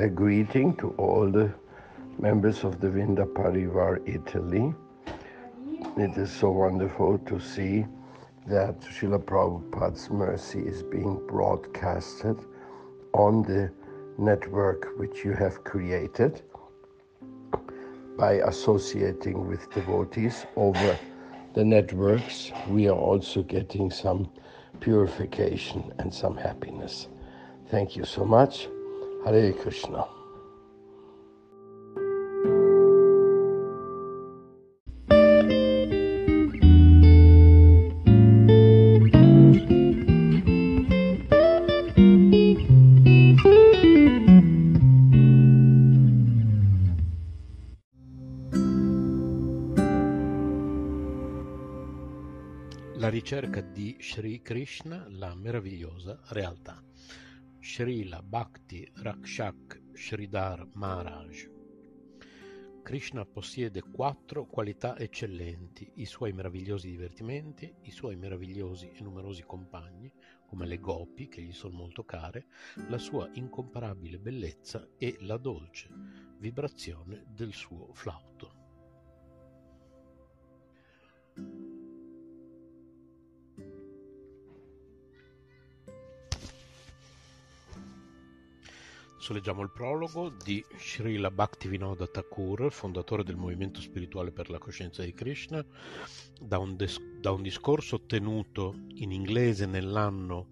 a greeting to all the members of the Vrinda Parivar Italy. It is so wonderful to see that Srila Prabhupada's mercy is being broadcasted on the network which you have created by associating with devotees over the networks. We are also getting some purification and some happiness. Thank you so much. Hare Krishna. La ricerca di Sri Krishna, la meravigliosa realtà. Srila Bhakti Rakshak Sridhar Maharaj. Krishna possiede 4 qualità eccellenti: i suoi meravigliosi divertimenti, i suoi meravigliosi e numerosi compagni, come le gopi che gli sono molto care, la sua incomparabile bellezza e la dolce vibrazione del suo flauto. Adesso leggiamo il prologo di Srila Bhaktivinoda Thakur, fondatore del movimento spirituale per la coscienza di Krishna, da un discorso tenuto in inglese nell'anno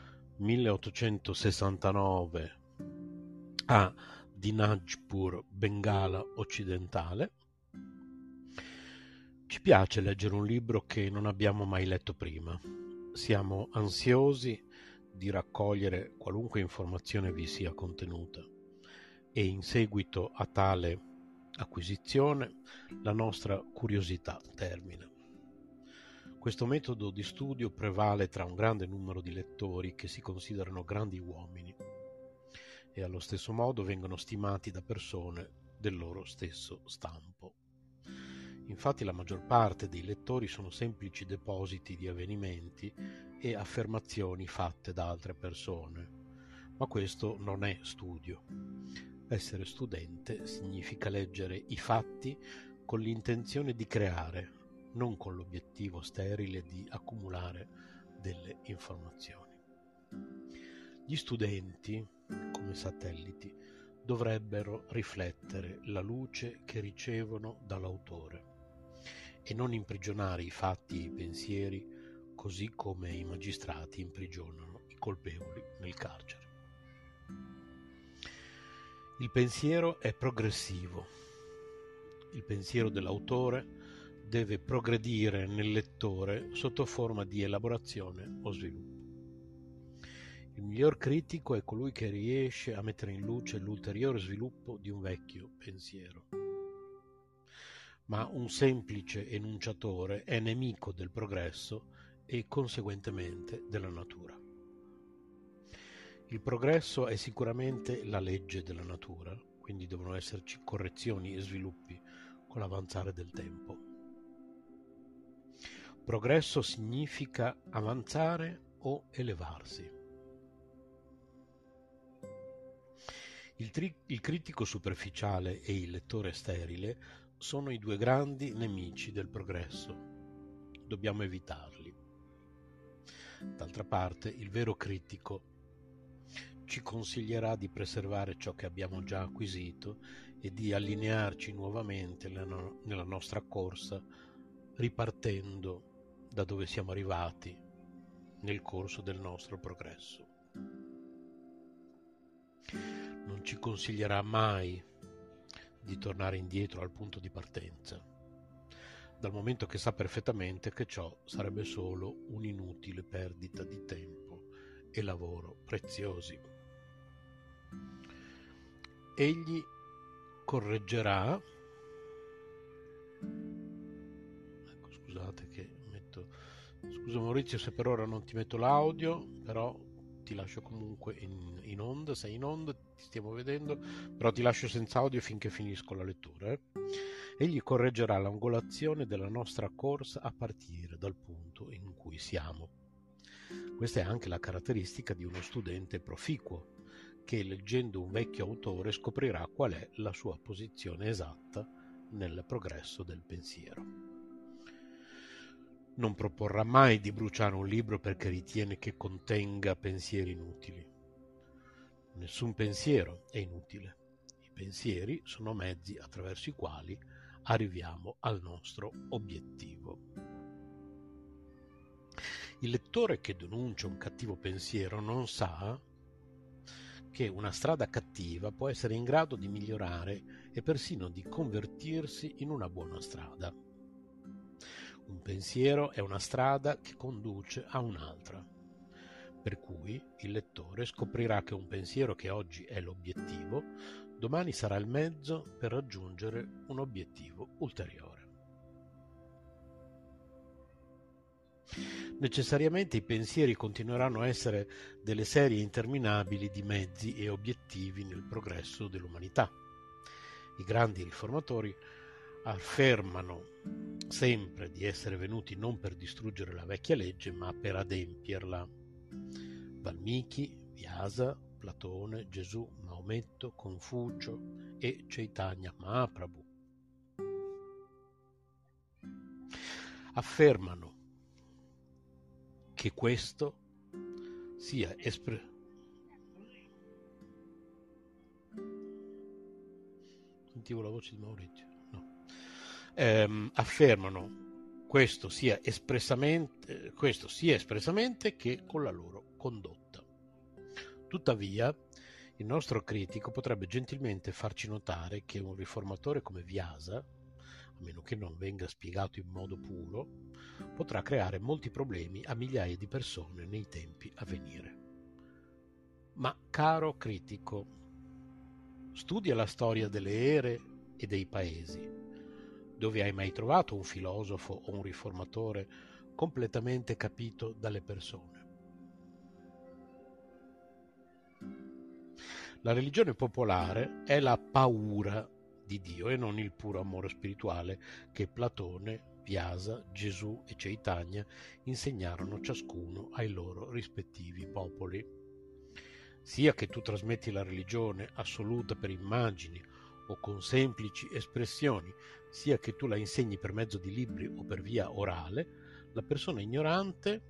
1869 a Dinajpur, Bengala occidentale. Ci piace leggere un libro che non abbiamo mai letto prima. Siamo ansiosi di raccogliere qualunque informazione vi sia contenuta e in seguito a tale acquisizione la nostra curiosità termina. Questo metodo di studio prevale tra un grande numero di lettori che si considerano grandi uomini e allo stesso modo vengono stimati da persone del loro stesso stampo. Infatti la maggior parte dei lettori sono semplici depositi di avvenimenti e affermazioni fatte da altre persone, ma questo non è studio. Essere studente significa leggere i fatti con l'intenzione di creare, non con l'obiettivo sterile di accumulare delle informazioni. Gli studenti, come satelliti, dovrebbero riflettere la luce che ricevono dall'autore e non imprigionare i fatti e i pensieri così come i magistrati imprigionano i colpevoli nel carcere. Il pensiero è progressivo. Il pensiero dell'autore deve progredire nel lettore sotto forma di elaborazione o sviluppo. Il miglior critico è colui che riesce a mettere in luce l'ulteriore sviluppo di un vecchio pensiero. Ma un semplice enunciatore è nemico del progresso e conseguentemente della natura. Il progresso è sicuramente la legge della natura, quindi devono esserci correzioni e sviluppi con l'avanzare del tempo. Progresso significa avanzare o elevarsi. Il critico superficiale e il lettore sterile sono i 2 grandi nemici del progresso. Dobbiamo evitarli. D'altra parte, il vero critico ci consiglierà di preservare ciò che abbiamo già acquisito e di allinearci nuovamente nella nostra corsa, ripartendo da dove siamo arrivati nel corso del nostro progresso. Non ci consiglierà mai di tornare indietro al punto di partenza, dal momento che sa perfettamente che ciò sarebbe solo un'inutile perdita di tempo e lavoro preziosi. Egli correggerà. Ecco, scusate che metto. Scusa Maurizio se per ora non ti metto l'audio, però ti lascio comunque in onda, sei in onda, ti stiamo vedendo, però ti lascio senza audio finché finisco la lettura. Egli correggerà l'angolazione della nostra corsa a partire dal punto in cui siamo. Questa è anche la caratteristica di uno studente proficuo, che leggendo un vecchio autore scoprirà qual è la sua posizione esatta nel progresso del pensiero. Non proporrà mai di bruciare un libro perché ritiene che contenga pensieri inutili. Nessun pensiero è inutile. I pensieri sono mezzi attraverso i quali arriviamo al nostro obiettivo. Il lettore che denuncia un cattivo pensiero non sa che una strada cattiva può essere in grado di migliorare e persino di convertirsi in una buona strada. Un pensiero è una strada che conduce a un'altra, per cui il lettore scoprirà che un pensiero che oggi è l'obiettivo, domani sarà il mezzo per raggiungere un obiettivo ulteriore. Necessariamente i pensieri continueranno a essere delle serie interminabili di mezzi e obiettivi nel progresso dell'umanità. I grandi riformatori affermano sempre di essere venuti non per distruggere la vecchia legge, ma per adempierla. Valmiki, Vyasa, Platone, Gesù, Maometto, Confucio e Chaitanya Mahaprabhu affermano che questo sia Sentivo la voce di Maurizio. No. Affermano questo sia espressamente che con la loro condotta. Tuttavia, il nostro critico potrebbe gentilmente farci notare che un riformatore come Vyasa, a meno che non venga spiegato in modo puro, potrà creare molti problemi a migliaia di persone nei tempi a venire. Ma, caro critico, studia la storia delle ere e dei paesi. Dove hai mai trovato un filosofo o un riformatore completamente capito dalle persone? La religione popolare è la paura di Dio e non il puro amore spirituale che Platone, Vyasa, Gesù e Chaitanya insegnarono ciascuno ai loro rispettivi popoli. Sia che tu trasmetti la religione assoluta per immagini o con semplici espressioni, sia che tu la insegni per mezzo di libri o per via orale, la persona ignorante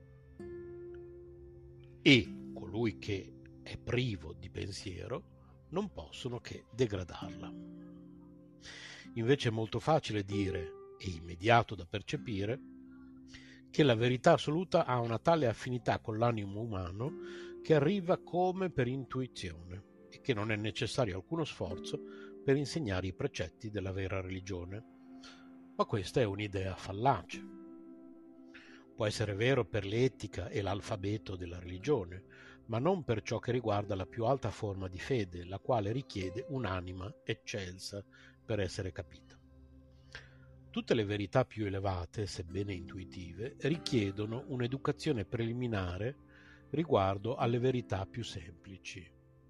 e colui che è privo di pensiero non possono che degradarla. Invece è molto facile dire, e immediato da percepire, che la verità assoluta ha una tale affinità con l'animo umano che arriva come per intuizione e che non è necessario alcuno sforzo per insegnare i precetti della vera religione. Ma questa è un'idea fallace. Può essere vero per l'etica e l'alfabeto della religione, ma non per ciò che riguarda la più alta forma di fede, la quale richiede un'anima eccelsa per essere capita. Tutte le verità più elevate, sebbene intuitive, richiedono un'educazione preliminare riguardo alle verità più semplici.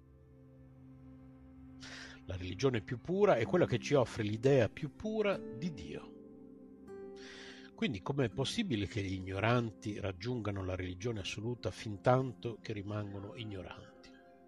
La religione più pura è quella che ci offre l'idea più pura di Dio. Quindi com'è possibile che gli ignoranti raggiungano la religione assoluta fintanto che rimangono ignoranti?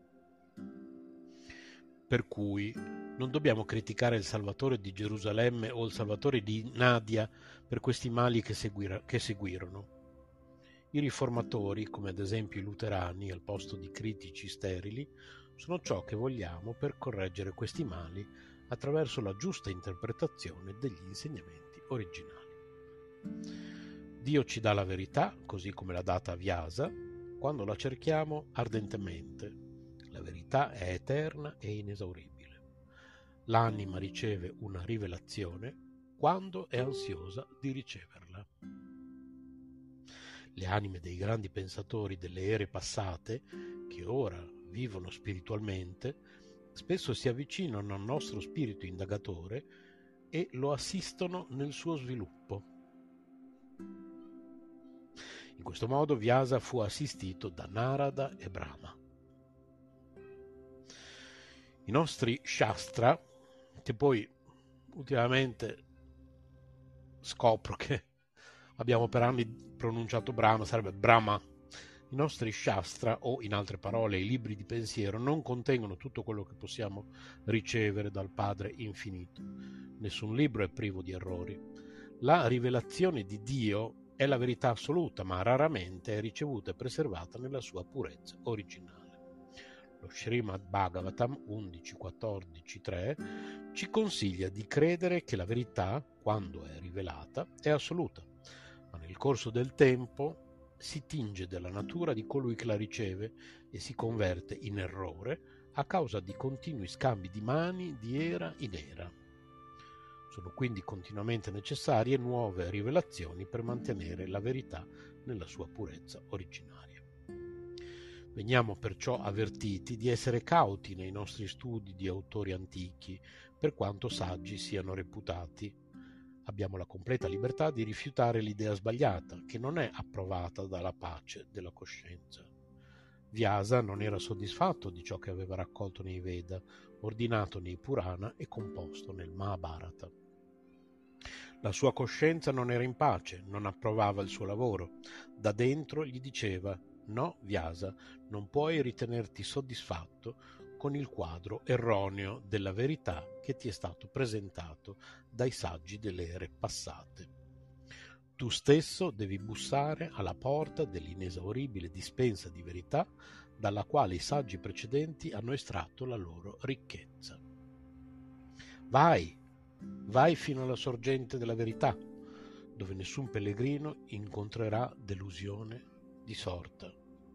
Per cui non dobbiamo criticare il Salvatore di Gerusalemme o il Salvatore di Nadia per questi mali che seguirono. I riformatori, come ad esempio i luterani, al posto di critici sterili, sono ciò che vogliamo per correggere questi mali attraverso la giusta interpretazione degli insegnamenti originali. Dio ci dà la verità, così come l'ha data a Vyasa, quando la cerchiamo ardentemente. La verità è eterna e inesauribile. L'anima riceve una rivelazione quando è ansiosa di riceverla. Le anime dei grandi pensatori delle ere passate, che ora vivono spiritualmente, spesso si avvicinano al nostro spirito indagatore e lo assistono nel suo sviluppo. In questo modo Vyasa fu assistito da Narada e Brahma. I nostri Shastra, che poi ultimamente scopro che abbiamo per anni pronunciato Brahma, sarebbe Brahma I nostri Shastra, o in altre parole i libri di pensiero, non contengono tutto quello che possiamo ricevere dal Padre infinito. Nessun libro è privo di errori. La rivelazione di Dio è la verità assoluta, ma raramente è ricevuta e preservata nella sua purezza originale. Lo Srimad Bhagavatam 11.14.3 ci consiglia di credere che la verità, quando è rivelata, è assoluta, ma nel corso del tempo si tinge della natura di colui che la riceve e si converte in errore a causa di continui scambi di mani di era in era. Sono quindi continuamente necessarie nuove rivelazioni per mantenere la verità nella sua purezza originaria. Veniamo perciò avvertiti di essere cauti nei nostri studi di autori antichi, per quanto saggi siano reputati. Abbiamo la completa libertà di rifiutare l'idea sbagliata, che non è approvata dalla pace della coscienza. Vyasa non era soddisfatto di ciò che aveva raccolto nei Veda, ordinato nei Purana e composto nel Mahabharata. La sua coscienza non era in pace, non approvava il suo lavoro. Da dentro gli diceva: no, Vyasa, non puoi ritenerti soddisfatto con il quadro erroneo della verità che ti è stato presentato dai saggi delle ere passate. Tu stesso devi bussare alla porta dell'inesauribile dispensa di verità dalla quale i saggi precedenti hanno estratto la loro ricchezza. Vai fino alla sorgente della verità, dove nessun pellegrino incontrerà delusione di sorta.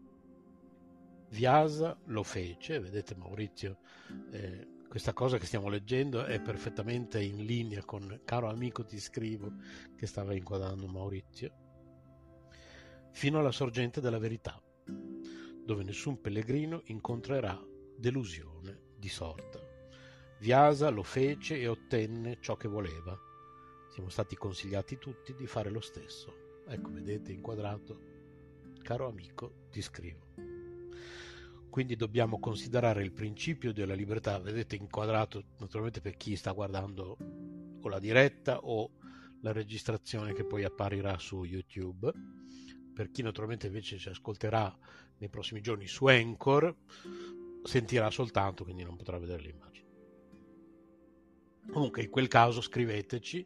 Vyasa lo fece, vedete Maurizio, questa cosa che stiamo leggendo è perfettamente in linea con Caro amico ti scrivo che stava inquadrando Maurizio, fino alla sorgente della verità, dove nessun pellegrino incontrerà delusione di sorta. Vyasa lo fece e ottenne ciò che voleva. Siamo stati consigliati tutti di fare lo stesso. Ecco, vedete inquadrato, caro amico, ti scrivo. Quindi dobbiamo considerare il principio della libertà, vedete inquadrato naturalmente per chi sta guardando o la diretta o la registrazione che poi apparirà su YouTube. Per chi naturalmente invece ci ascolterà nei prossimi giorni su Anchor, sentirà soltanto, quindi non potrà vedere le immagini. Comunque in quel caso scriveteci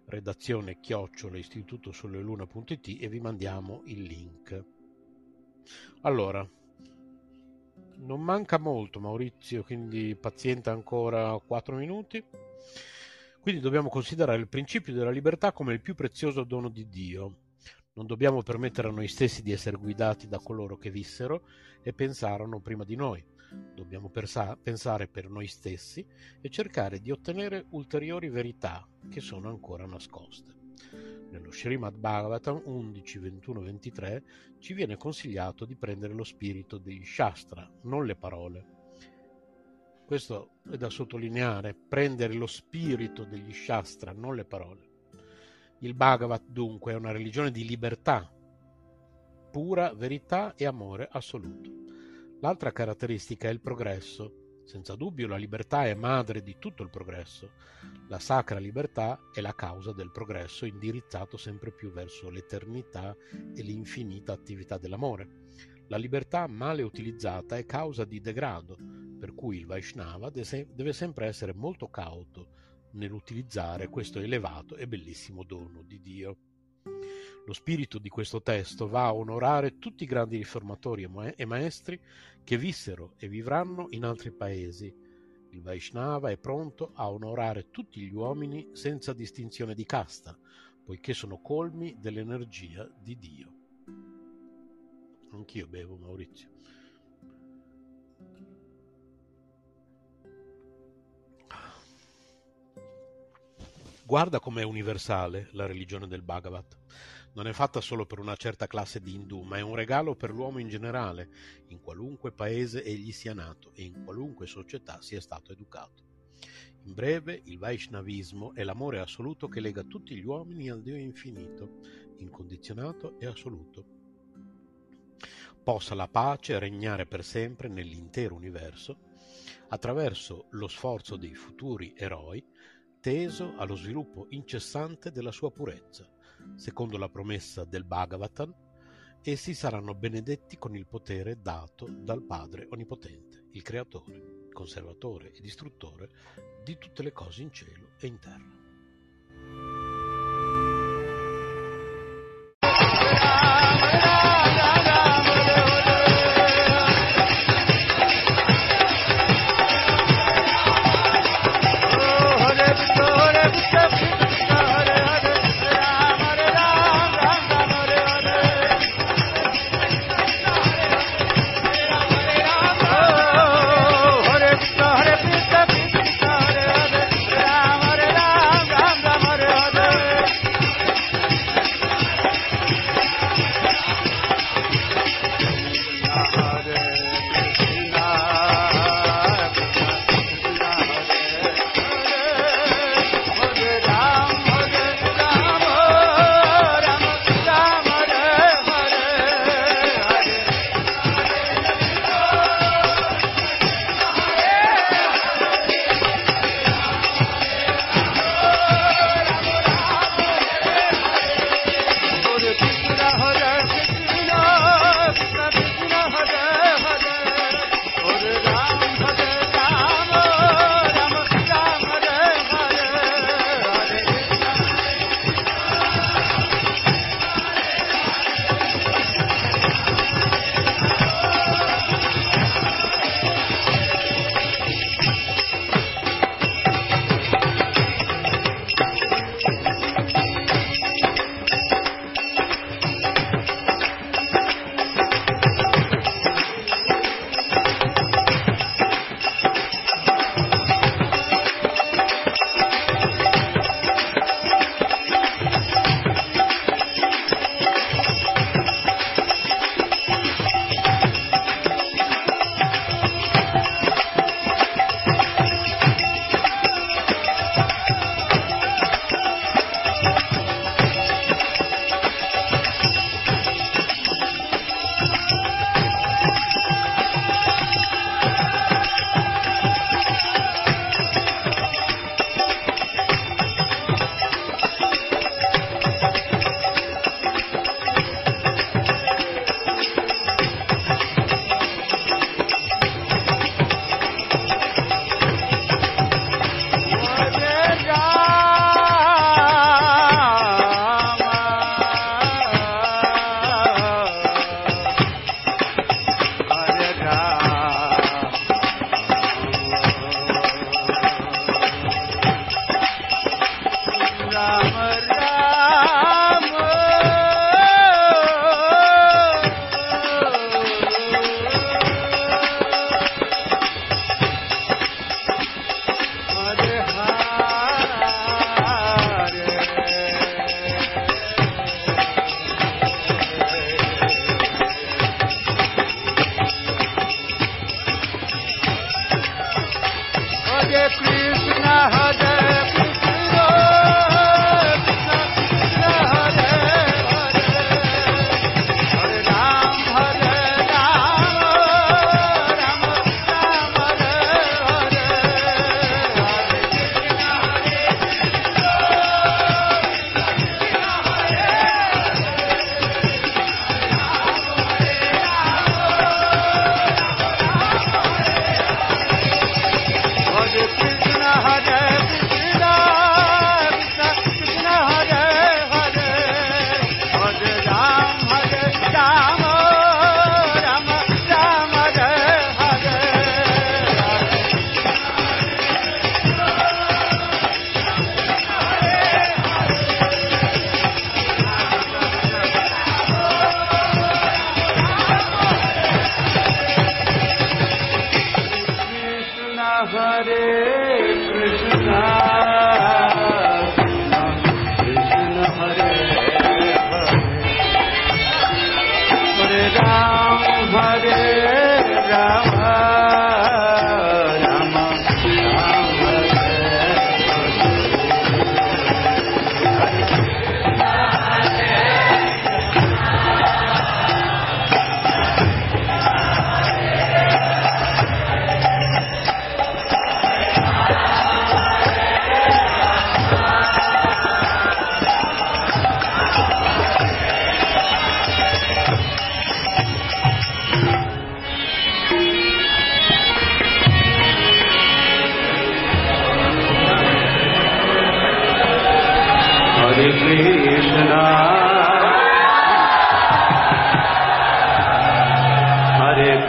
redazione@istitutosoleluna.it e vi mandiamo il link. Allora, non manca molto Maurizio, quindi pazienta ancora 4 minuti. Quindi dobbiamo considerare il principio della libertà come il più prezioso dono di Dio. Non dobbiamo permettere a noi stessi di essere guidati da coloro che vissero e pensarono prima di noi. Dobbiamo pensare per noi stessi e cercare di ottenere ulteriori verità che sono ancora nascoste. Nello Srimad Bhagavatam 11, 21, 23 ci viene consigliato di prendere lo spirito degli Shastra, non le parole. Questo è da sottolineare, prendere lo spirito degli Shastra, non le parole. Il Bhagavat dunque è una religione di libertà, pura verità e amore assoluto. L'altra caratteristica è il progresso. Senza dubbio la libertà è madre di tutto il progresso. La sacra libertà è la causa del progresso indirizzato sempre più verso l'eternità e l'infinita attività dell'amore. La libertà male utilizzata è causa di degrado, per cui il Vaishnava deve sempre essere molto cauto nell'utilizzare questo elevato e bellissimo dono di Dio. Lo spirito di questo testo va a onorare tutti i grandi riformatori e maestri che vissero e vivranno in altri paesi. Il Vaishnava è pronto a onorare tutti gli uomini senza distinzione di casta, poiché sono colmi dell'energia di Dio. Anch'io bevo, Maurizio. Guarda com'è universale la religione del Bhagavat. Non è fatta solo per una certa classe di indù, ma è un regalo per l'uomo in generale, in qualunque paese egli sia nato e in qualunque società sia stato educato. In breve, il Vaishnavismo è l'amore assoluto che lega tutti gli uomini al Dio infinito, incondizionato e assoluto. Possa la pace regnare per sempre nell'intero universo, attraverso lo sforzo dei futuri eroi, teso allo sviluppo incessante della sua purezza, secondo la promessa del Bhagavatam, Essi saranno benedetti con il potere dato dal Padre Onnipotente, il Creatore, il Conservatore e Distruttore di tutte le cose in cielo e in terra.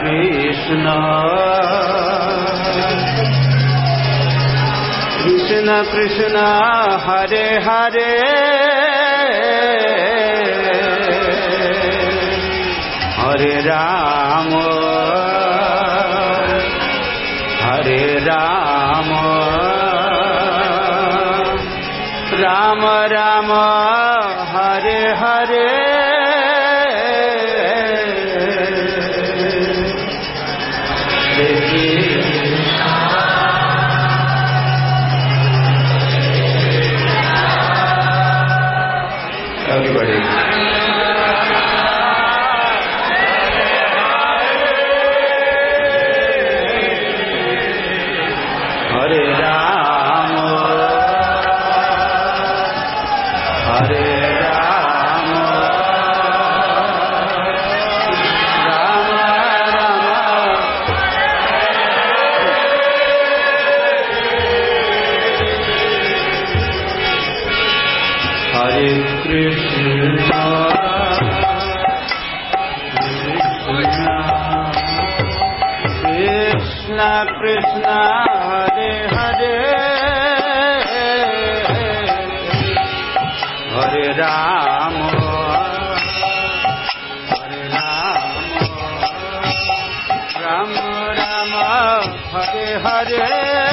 Krishna Krishna Krishna Hare Hare Hare Rama Hare Rama Rama Rama Hare Hare Everybody. Hare Rama Hare Rama Rama Rama Hare Krishna Krishna Krishna Hare Hare Hare Rama Hare Rama Rama Rama Hare Hare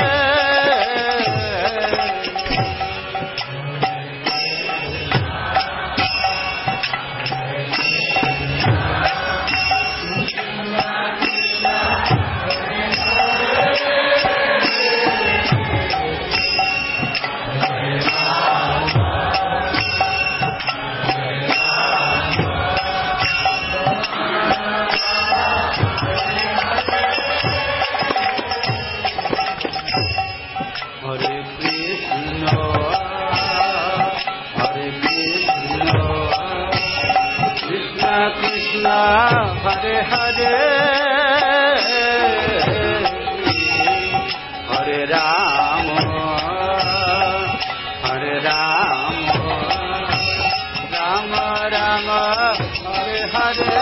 Krishna Hare Hare Hare Rama Hare Rama Rama Rama Hare Hare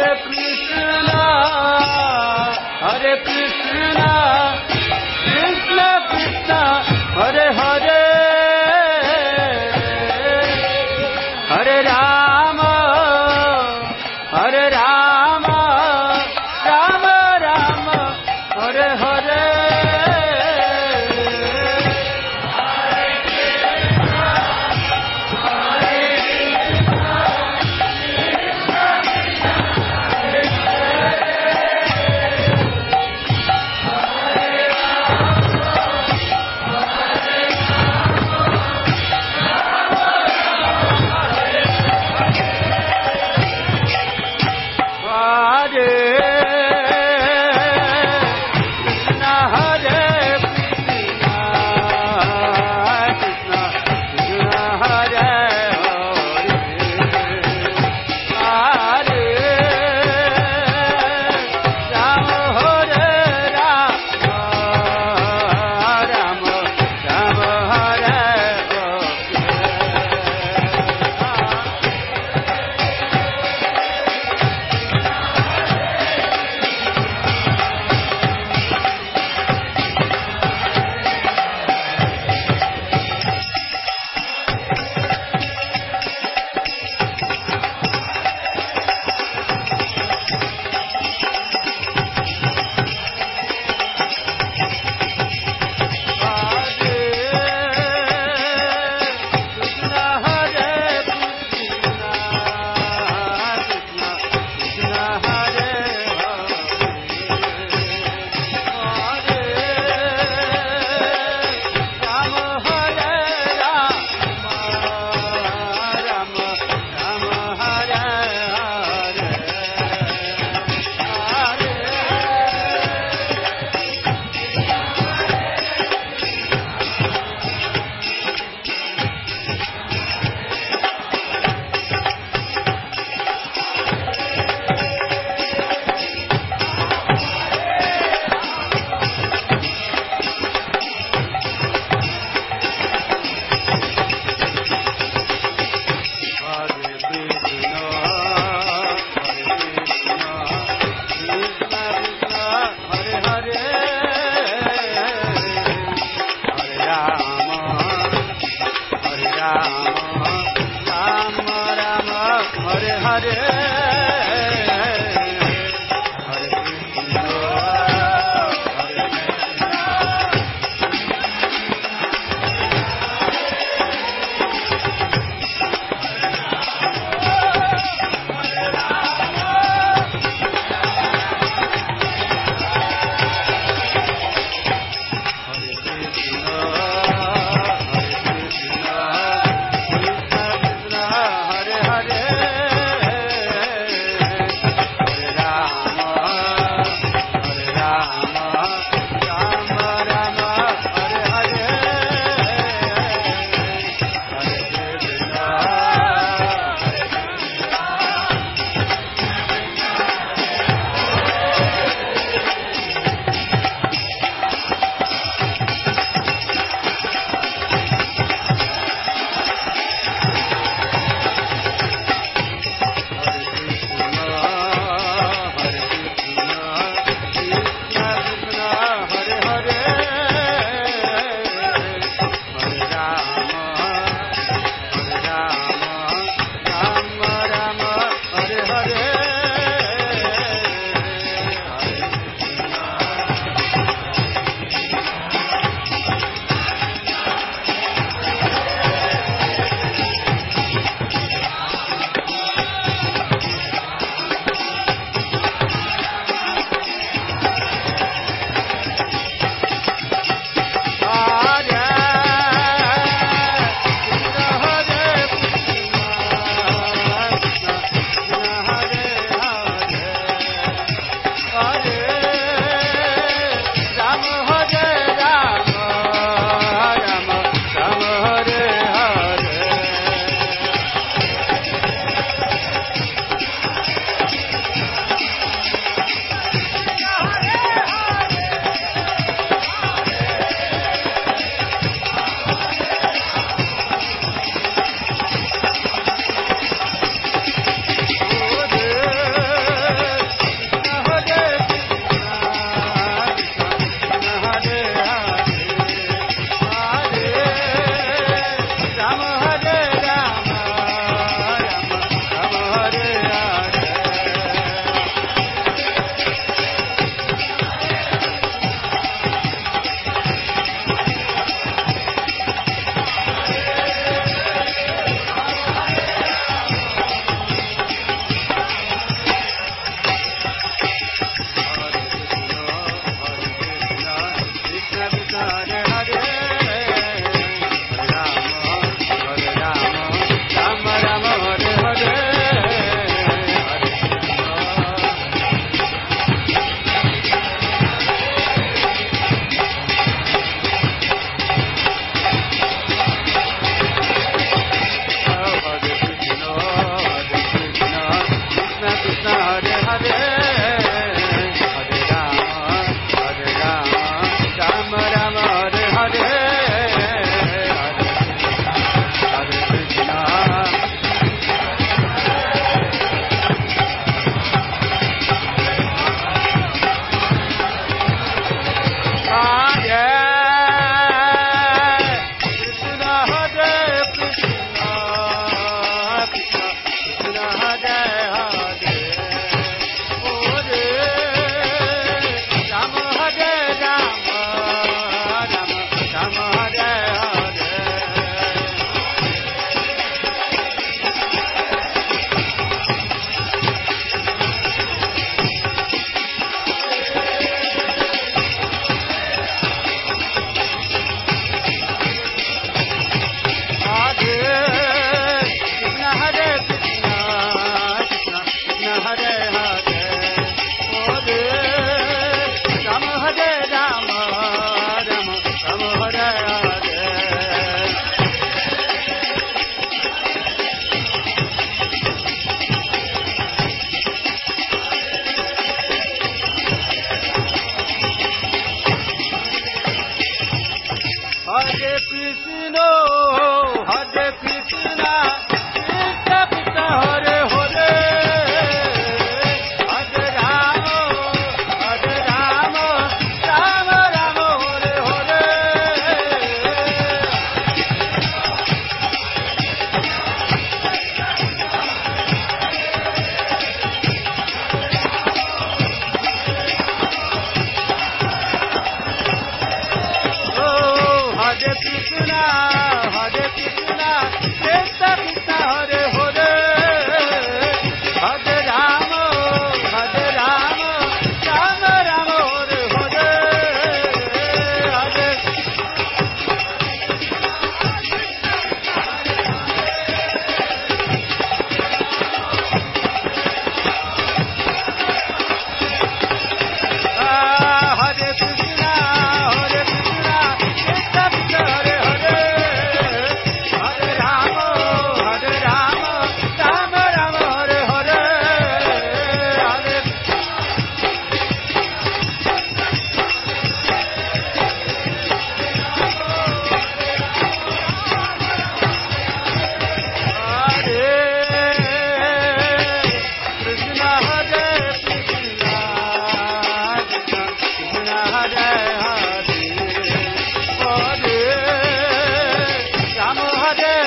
Hare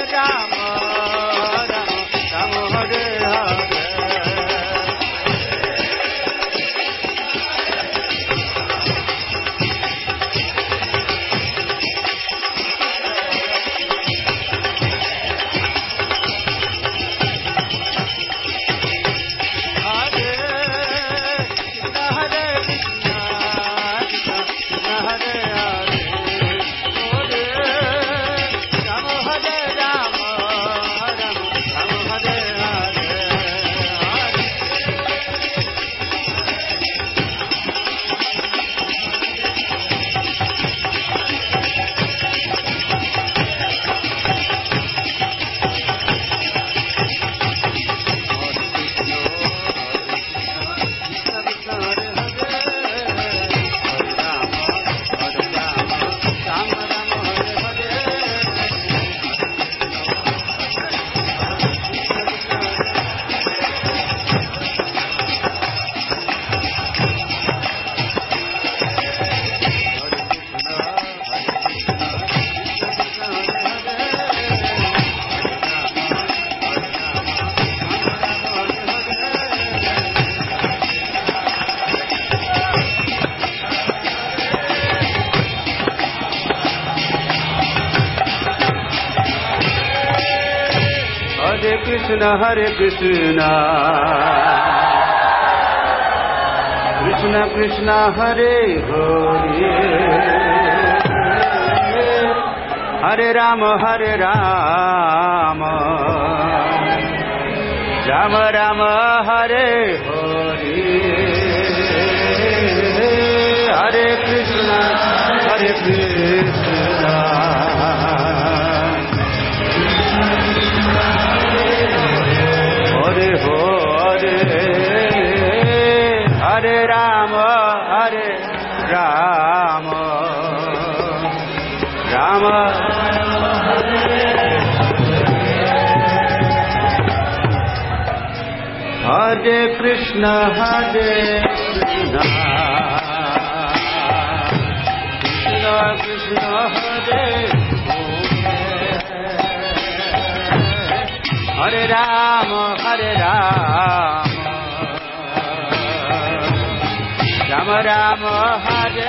Hare Krishna, Krishna Krishna Hare Hare, Hare Rama Hare Rama, Rama Rama Hare Hare, Hare Krishna Hare Krishna, Hare Hare, Hare Rama, Hare Rama, Rama Hare Krishna, Hare Krishna, Krishna Krishna Hare Hare Rama, Hare Rama, Rama Rama Hare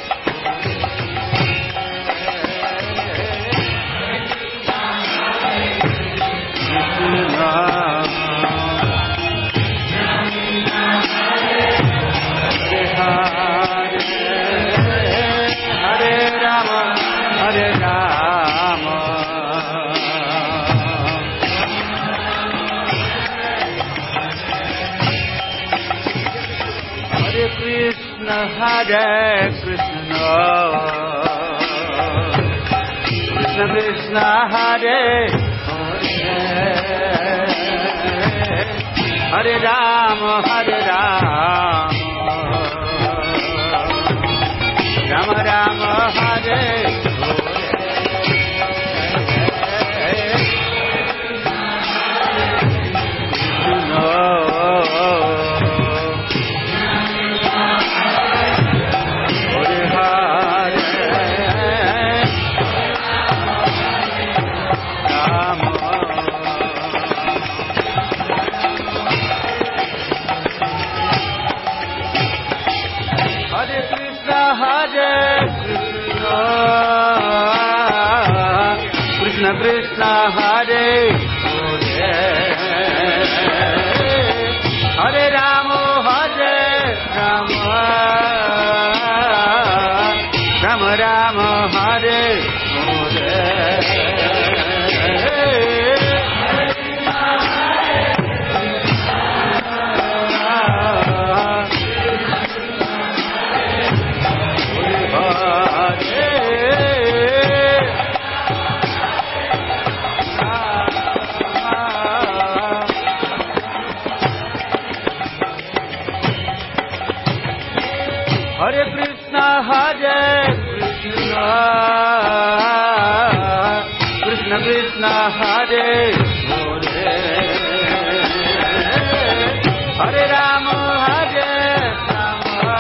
Krishna, Hare Rama, Hare Rama, Hare Krishna, Hare Krishna, Krishna Krishna, Hare Hare, Hare Rama, Hare Rama, Rama Rama, Hare Krishna Krishna, Hare Hare, Hare Rama, Hare Rama, Rama Rama, Hare Hare, Hare Krishna, Hare Krishna, Krishna Krishna, Hare Hare, Hare Rama, Hare Rama,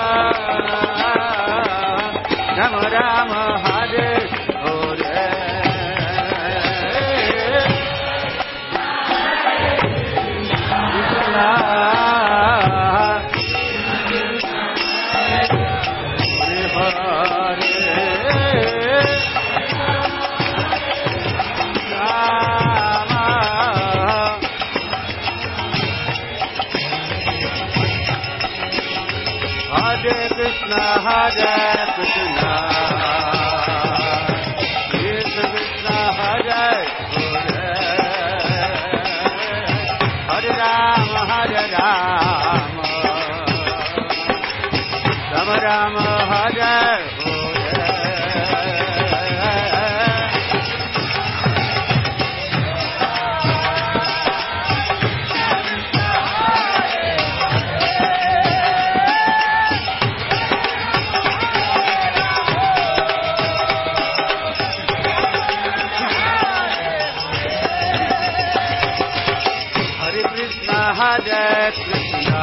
Rama Rama, Hare Hare, Hare Krishna, Krishna Krishna Hare Hare, Hare Rama Hare Rama, Rama Rama Hare Hare Krishna,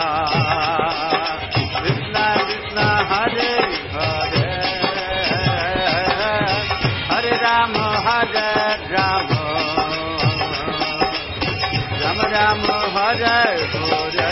Krishna Krishna Hare Hare, Hare Rama Hare Rama, Rama Rama Hare Hare.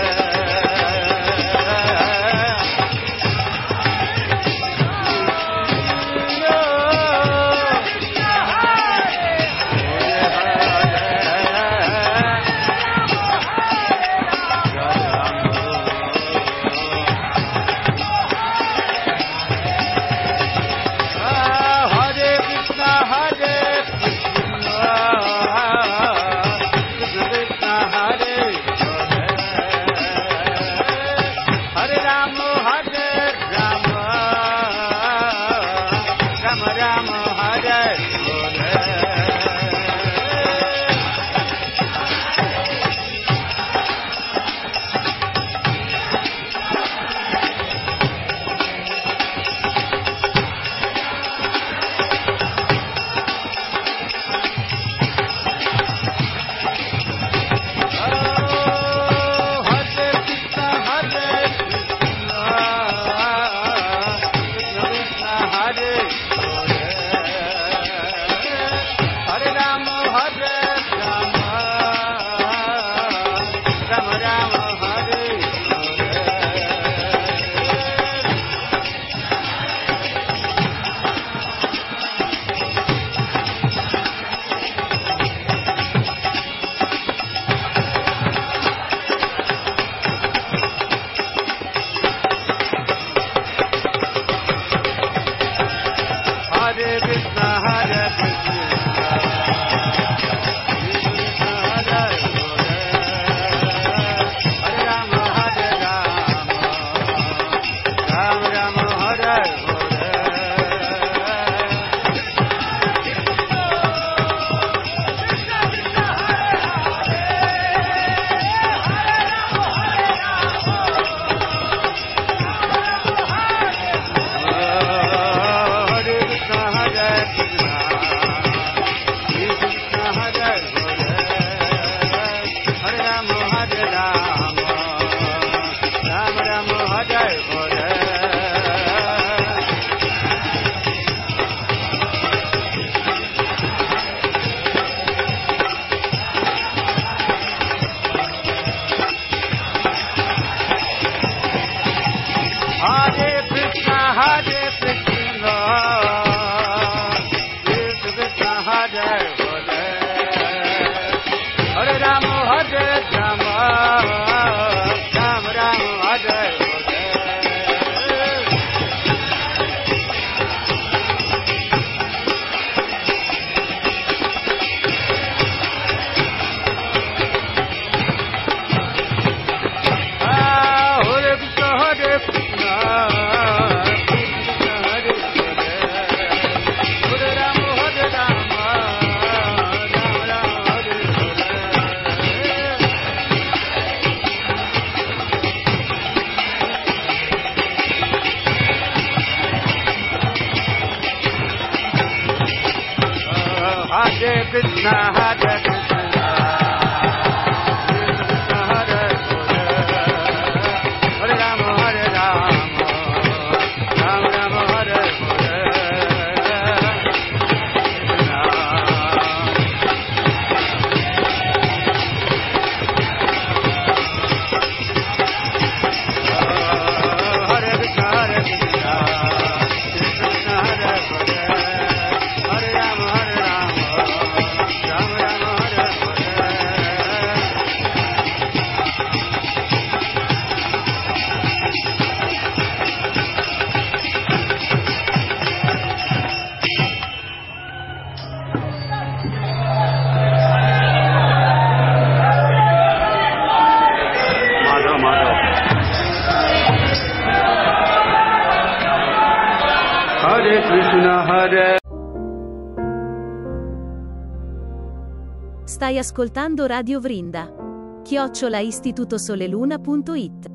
Stai ascoltando Radio Vrinda. @istitutosoleluna.it.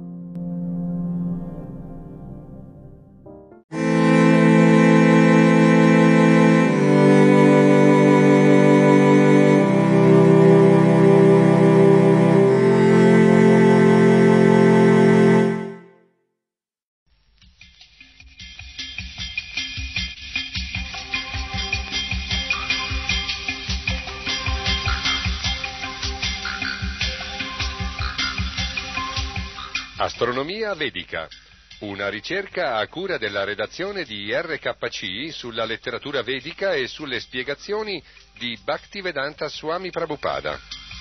Astronomia Vedica, una ricerca a cura della redazione di RKC sulla letteratura vedica e sulle spiegazioni di Bhaktivedanta Swami Prabhupada.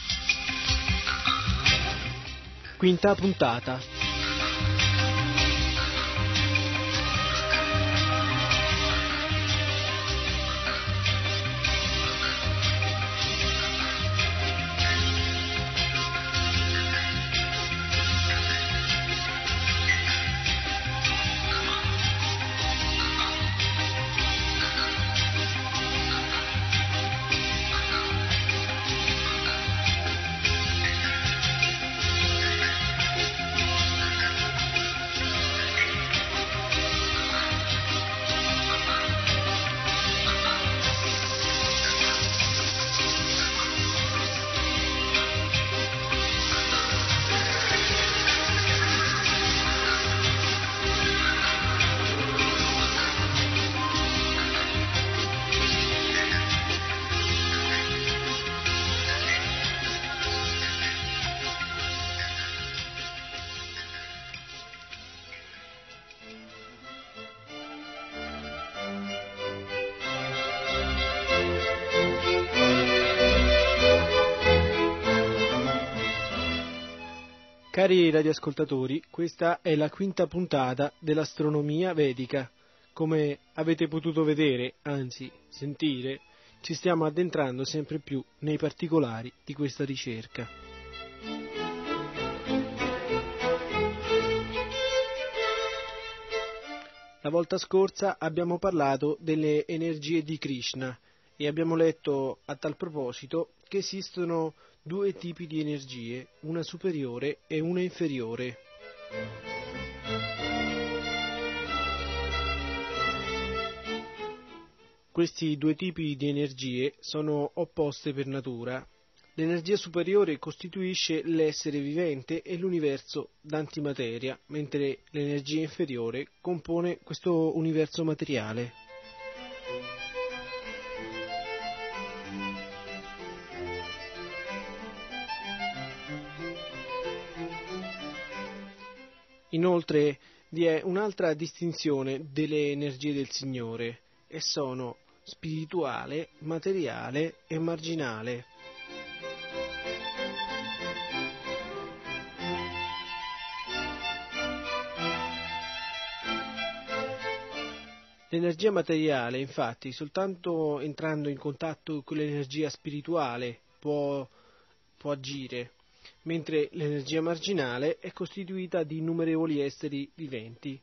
Quinta puntata. Cari radioascoltatori, questa è la quinta puntata dell'Astronomia Vedica. Come avete potuto vedere, anzi sentire, ci stiamo addentrando sempre più nei particolari di questa ricerca. La volta scorsa abbiamo parlato delle energie di Krishna e abbiamo letto a tal proposito che esistono due tipi di energie, una superiore e una inferiore. Questi due tipi di energie sono opposte per natura. L'energia superiore costituisce l'essere vivente e l'universo d'antimateria, mentre l'energia inferiore compone questo universo materiale. Inoltre vi è un'altra distinzione delle energie del Signore, e sono spirituale, materiale e marginale. L'energia materiale, infatti, soltanto entrando in contatto con l'energia spirituale può agire, mentre l'energia marginale è costituita di innumerevoli esseri viventi.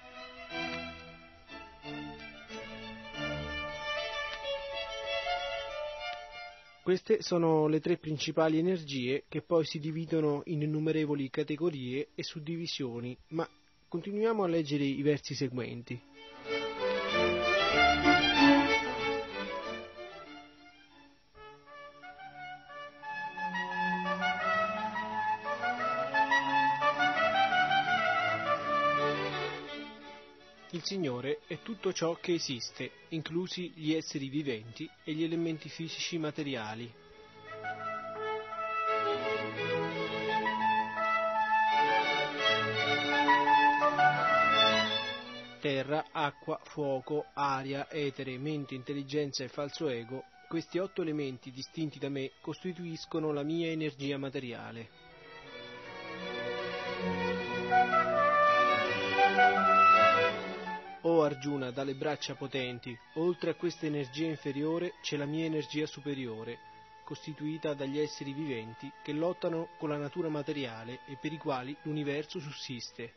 Queste sono le tre principali energie che poi si dividono in innumerevoli categorie e suddivisioni, ma continuiamo a leggere i versi seguenti. Il Signore è tutto ciò che esiste, inclusi gli esseri viventi e gli elementi fisici materiali. Terra, acqua, fuoco, aria, etere, mente, intelligenza e falso ego, questi 8 elementi distinti da me costituiscono la mia energia materiale. O Arjuna, dalle braccia potenti, oltre a questa energia inferiore c'è la mia energia superiore, costituita dagli esseri viventi che lottano con la natura materiale e per i quali l'universo sussiste.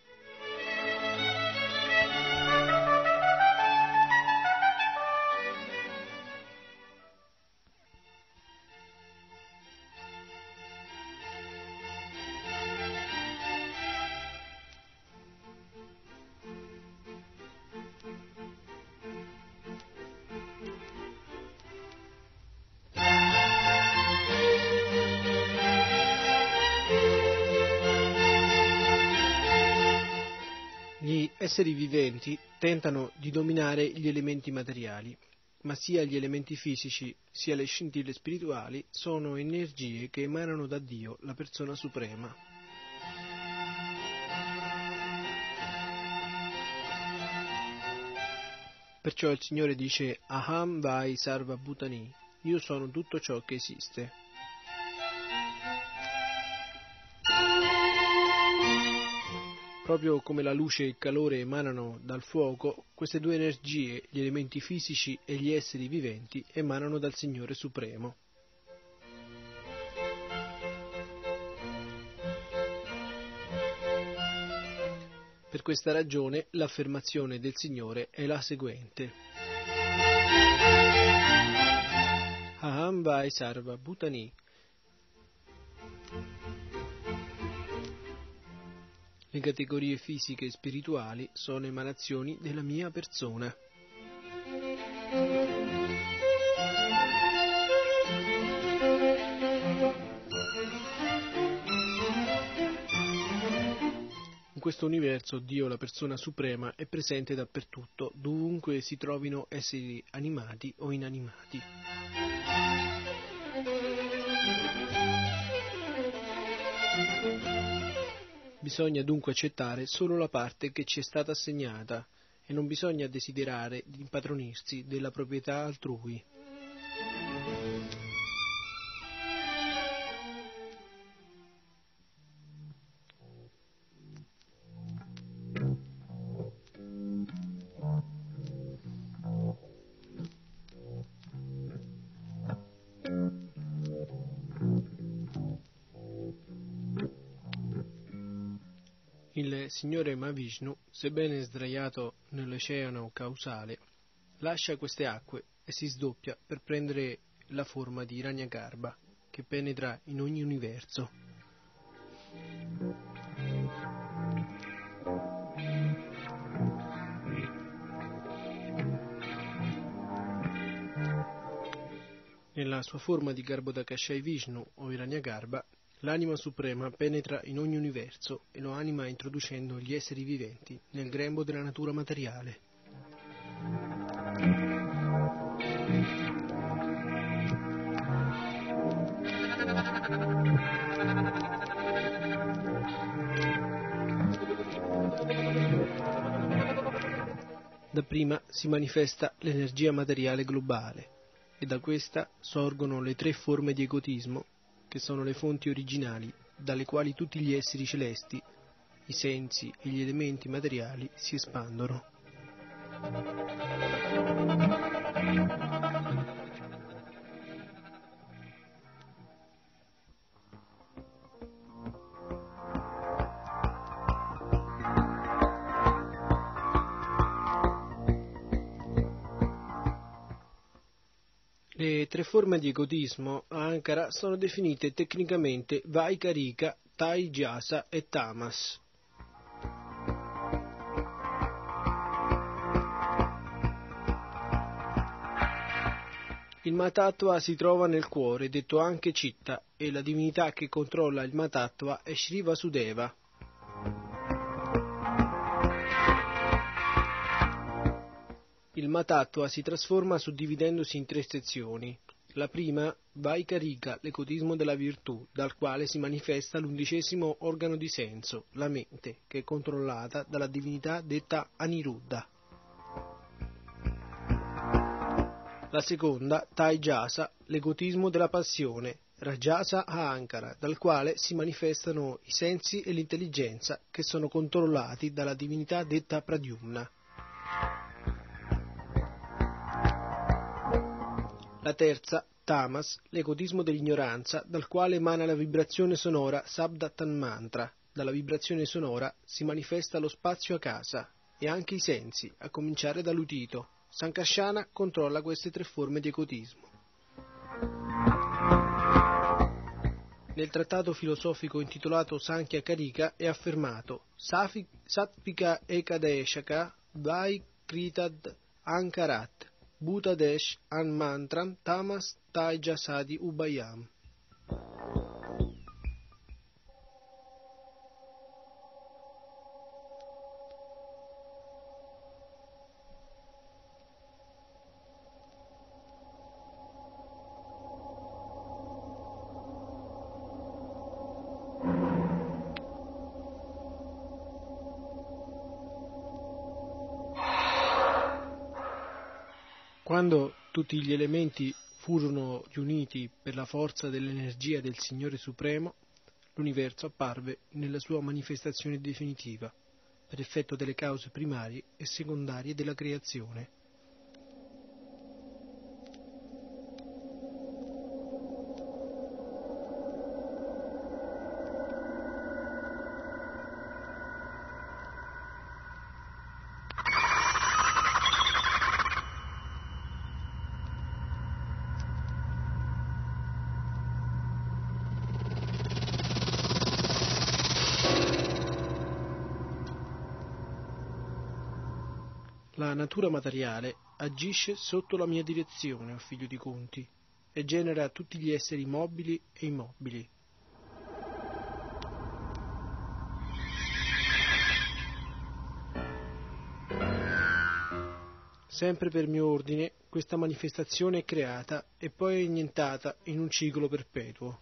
esseri viventi tentano di dominare gli elementi materiali, ma sia gli elementi fisici sia le scintille spirituali sono energie che emanano da Dio, la persona suprema. Perciò il Signore dice Aham Vai Sarva Bhutani, io sono tutto ciò che esiste. Proprio come la luce e il calore emanano dal fuoco, queste due energie, gli elementi fisici e gli esseri viventi, emanano dal Signore Supremo. Per questa ragione l'affermazione del Signore è la seguente. Aham Vai Sarva Bhutani. Le categorie fisiche e spirituali sono emanazioni della mia persona. In questo universo Dio, la persona suprema, è presente dappertutto, dovunque si trovino esseri animati o inanimati. Bisogna dunque accettare solo la parte che ci è stata assegnata e non bisogna desiderare di impadronirsi della proprietà altrui. Il Signore Mahavishnu, sebbene sdraiato nell'oceano causale, lascia queste acque e si sdoppia per prendere la forma di Hiranyagarbha, che penetra in ogni universo. Nella sua forma di Garbhodakashai Vishnu o Hiranyagarbha, l'anima suprema penetra in ogni universo e lo anima introducendo gli esseri viventi nel grembo della natura materiale. Dapprima si manifesta l'energia materiale globale e da questa sorgono le tre forme di egotismo che sono le fonti originali dalle quali tutti gli esseri celesti, i sensi e gli elementi materiali si espandono. Le tre forme di egotismo a Ankara sono definite tecnicamente Vaikarika, Taijasa e Tamas. Il Matattva si trova nel cuore, detto anche Citta, e la divinità che controlla il Matattva è Shri Vasudeva. Il Matattva si trasforma suddividendosi in tre sezioni. La prima, Vaikarika, l'egotismo della virtù, dal quale si manifesta l'11° organo di senso, la mente, che è controllata dalla divinità detta Aniruddha. La seconda, Taijasa, l'egotismo della passione, Rajasa Ahankara, dal quale si manifestano i sensi e l'intelligenza, che sono controllati dalla divinità detta Pradyumna. La terza, Tamas, l'egotismo dell'ignoranza, dal quale emana la vibrazione sonora Sabda Tanmantra. Dalla vibrazione sonora si manifesta lo spazio a casa e anche i sensi, a cominciare dall'udito. Sankarsana controlla queste tre forme di egotismo. Nel trattato filosofico intitolato Sankhya Karika è affermato Sattvika Ekadeshaka Vaikritad Ankarat Bhutadesh Anmantram Tamas Taijasadi Ubayam. Quando tutti gli elementi furono riuniti per la forza dell'energia del Signore Supremo, l'universo apparve nella sua manifestazione definitiva, per effetto delle cause primarie e secondarie della creazione. La natura materiale agisce sotto la mia direzione, o figlio di Conti, e genera tutti gli esseri mobili e immobili. Sempre per mio ordine, questa manifestazione è creata e poi è annientata in un ciclo perpetuo.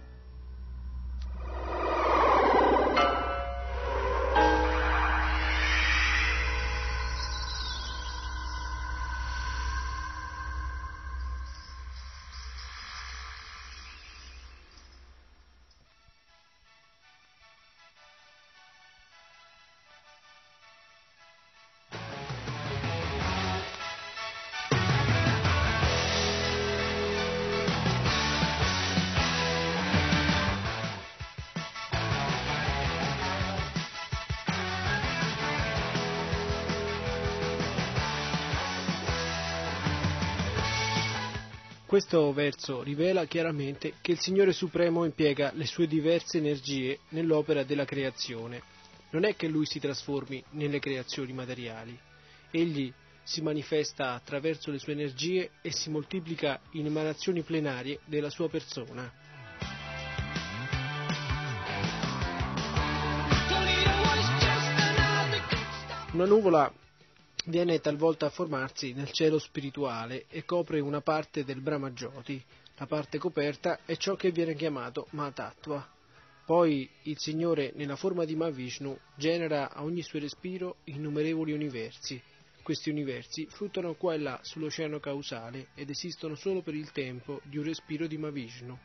Questo verso rivela chiaramente che il Signore Supremo impiega le sue diverse energie nell'opera della creazione. Non è che Lui si trasformi nelle creazioni materiali. Egli si manifesta attraverso le sue energie e si moltiplica in emanazioni plenarie della sua persona. Una nuvola viene talvolta a formarsi nel cielo spirituale e copre una parte del Brahmajyoti. La parte coperta è ciò che viene chiamato Mahatattva. Poi il Signore, nella forma di Mahavishnu, genera a ogni suo respiro innumerevoli universi. Questi universi fluttuano qua e là sull'oceano causale ed esistono solo per il tempo di un respiro di Mahavishnu.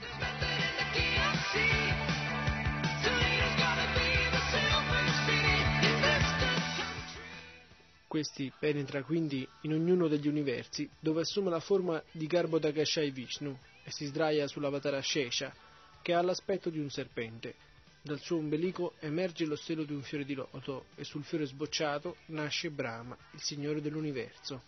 Questi penetra quindi in ognuno degli universi, dove assume la forma di Garbhodakashai Vishnu e si sdraia sull'avatara Shesha, che ha l'aspetto di un serpente. Dal suo ombelico emerge lo stelo di un fiore di loto e sul fiore sbocciato nasce Brahma, il Signore dell'universo.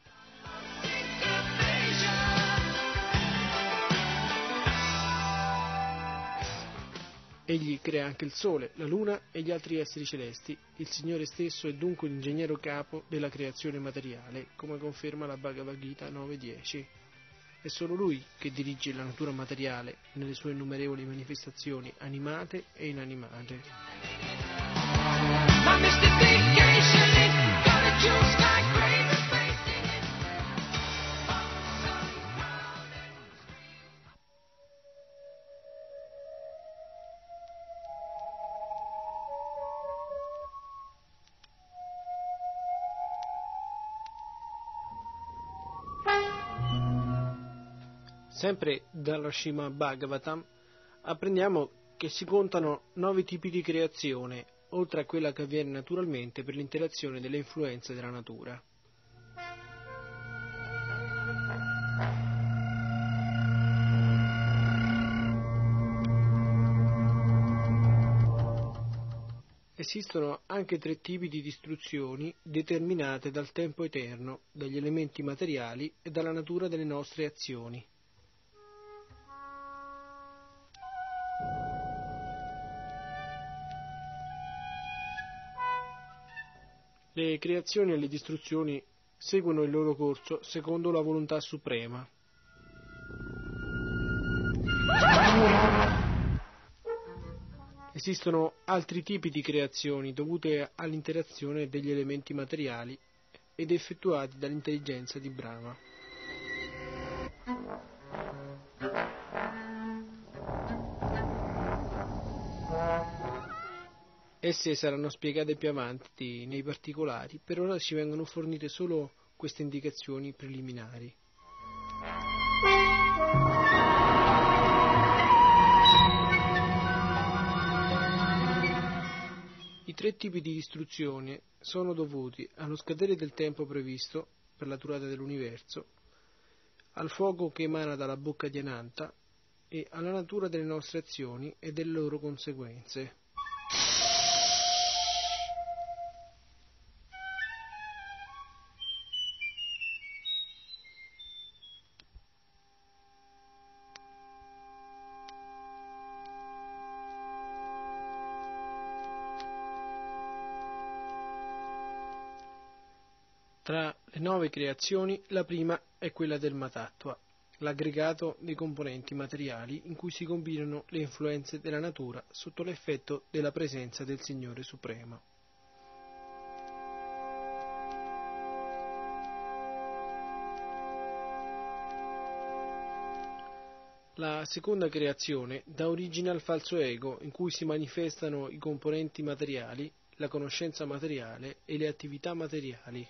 Egli crea anche il Sole, la Luna e gli altri esseri celesti. Il Signore stesso è dunque l'ingegnere capo della creazione materiale, come conferma la Bhagavad Gita 9.10. È solo Lui che dirige la natura materiale nelle sue innumerevoli manifestazioni animate e inanimate. Sempre dallo Srimad Bhagavatam apprendiamo che si contano 9 tipi di creazione, oltre a quella che avviene naturalmente per l'interazione delle influenze della natura. Esistono anche 3 tipi di distruzioni determinate dal tempo eterno, dagli elementi materiali e dalla natura delle nostre azioni. Le creazioni e le distruzioni seguono il loro corso secondo la volontà suprema. Esistono altri tipi di creazioni dovute all'interazione degli elementi materiali ed effettuati dall'intelligenza di Brahma. Esse saranno spiegate più avanti nei particolari, per ora ci vengono fornite solo queste indicazioni preliminari. I 3 tipi di distruzione sono dovuti allo scadere del tempo previsto per la durata dell'universo, al fuoco che emana dalla bocca di Ananta e alla natura delle nostre azioni e delle loro conseguenze. Tra le 9 creazioni, la prima è quella del Matattva, l'aggregato dei componenti materiali in cui si combinano le influenze della natura sotto l'effetto della presenza del Signore Supremo. La seconda creazione dà origine al falso ego, in cui si manifestano i componenti materiali, la conoscenza materiale e le attività materiali.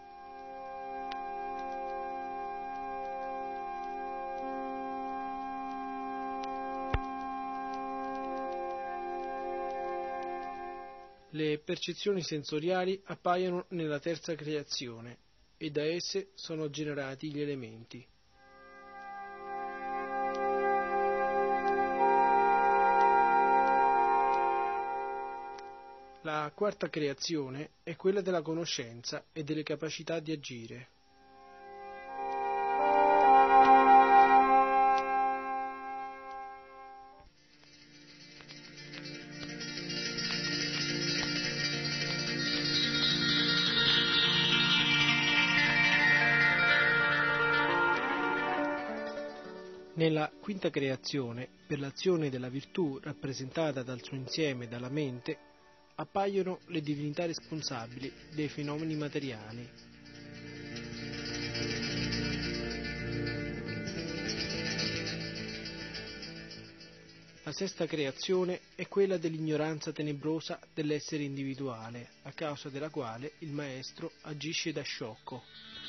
Le percezioni sensoriali appaiono nella terza creazione e da esse sono generati gli elementi. La quarta creazione è quella della conoscenza e delle capacità di agire. Nella quinta creazione, per l'azione della virtù rappresentata dal suo insieme dalla mente, appaiono le divinità responsabili dei fenomeni materiali. La sesta creazione è quella dell'ignoranza tenebrosa dell'essere individuale, a causa della quale il maestro agisce da sciocco.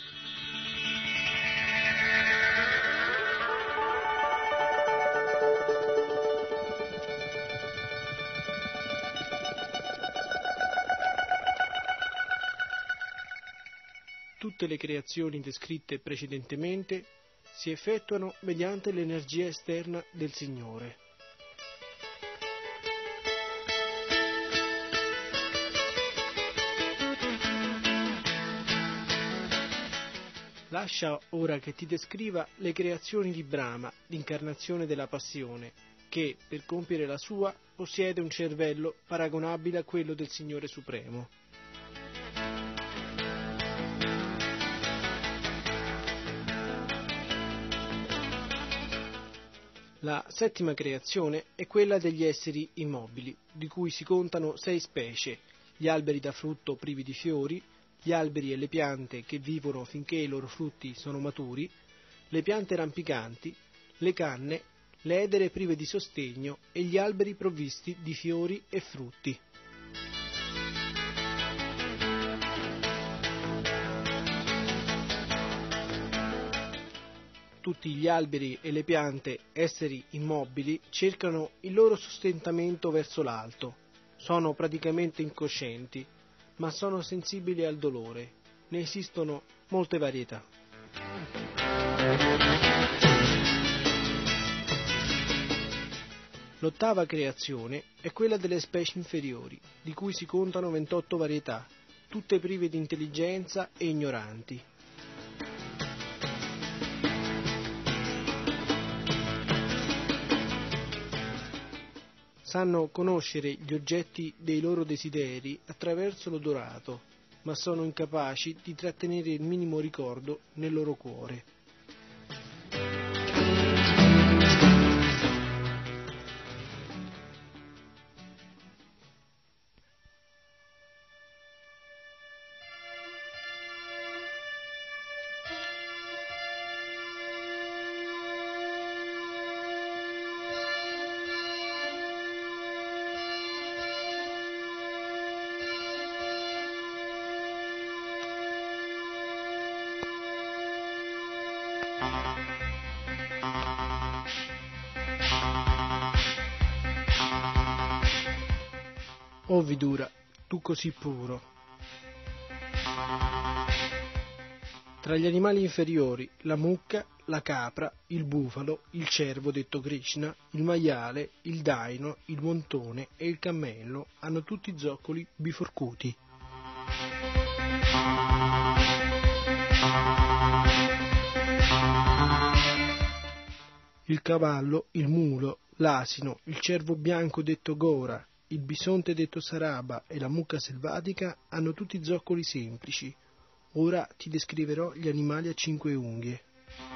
Tutte le creazioni descritte precedentemente si effettuano mediante l'energia esterna del Signore. Lascia ora che ti descriva le creazioni di Brahma, l'incarnazione della passione, che, per compiere la sua, possiede un cervello paragonabile a quello del Signore Supremo. La settima creazione è quella degli esseri immobili, di cui si contano 6 specie: gli alberi da frutto privi di fiori, gli alberi e le piante che vivono finché i loro frutti sono maturi, le piante rampicanti, le canne, le edere prive di sostegno e gli alberi provvisti di fiori e frutti. Tutti gli alberi e le piante, esseri immobili, cercano il loro sostentamento verso l'alto. Sono praticamente incoscienti, ma sono sensibili al dolore. Ne esistono molte varietà. L'ottava creazione è quella delle specie inferiori, di cui si contano 28 varietà, tutte prive di intelligenza e ignoranti. Sanno conoscere gli oggetti dei loro desideri attraverso l'odorato, ma sono incapaci di trattenere il minimo ricordo nel loro cuore. O Vidura, tu così puro. Tra gli animali inferiori, la mucca, la capra, il bufalo, il cervo detto Krishna, il maiale, il daino, il montone e il cammello hanno tutti zoccoli biforcuti. Il cavallo, il mulo, l'asino, il cervo bianco detto Gora, il bisonte detto Saraba e la mucca selvatica hanno tutti zoccoli semplici. Ora ti descriverò gli animali a 5 unghie.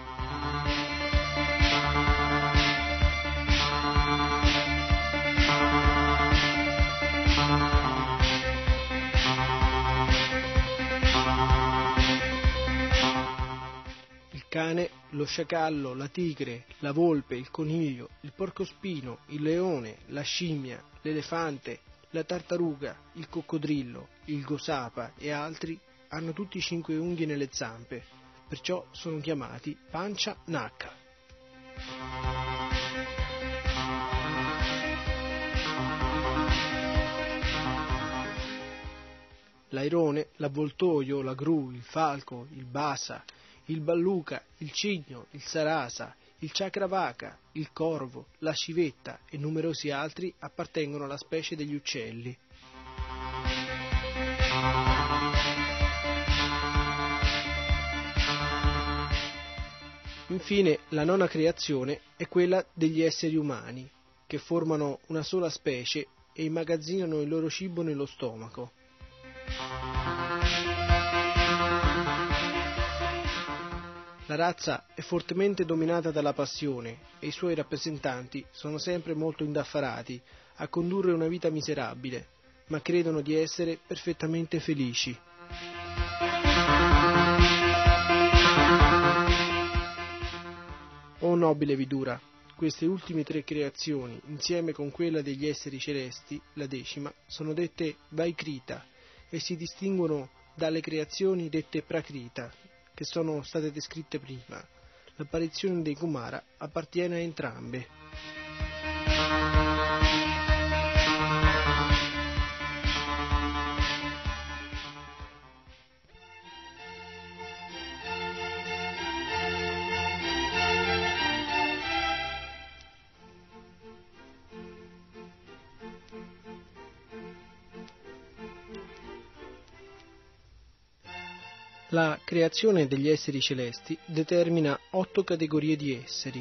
Il cane, lo sciacallo, la tigre, la volpe, il coniglio, il porcospino, il leone, la scimmia, l'elefante, la tartaruga, il coccodrillo, il gosapa e altri hanno tutti 5 unghie nelle zampe, perciò sono chiamati pancia nacca. L'airone, l'avvoltoio, la gru, il falco, il basa, il balluca, il cigno, il sarasa, il chakravaka, il corvo, la civetta e numerosi altri appartengono alla specie degli uccelli. Infine, la nona creazione è quella degli esseri umani, che formano una sola specie e immagazzinano il loro cibo nello stomaco. La razza è fortemente dominata dalla passione e i suoi rappresentanti sono sempre molto indaffarati a condurre una vita miserabile, ma credono di essere perfettamente felici. O nobile Vidura, queste ultime 3 creazioni, insieme con quella degli esseri celesti, la 10ª, sono dette Vaikrita e si distinguono dalle creazioni dette Prakrita, che sono state descritte prima. L'apparizione dei Kumara appartiene a entrambe. La creazione degli esseri celesti determina 8 categorie di esseri.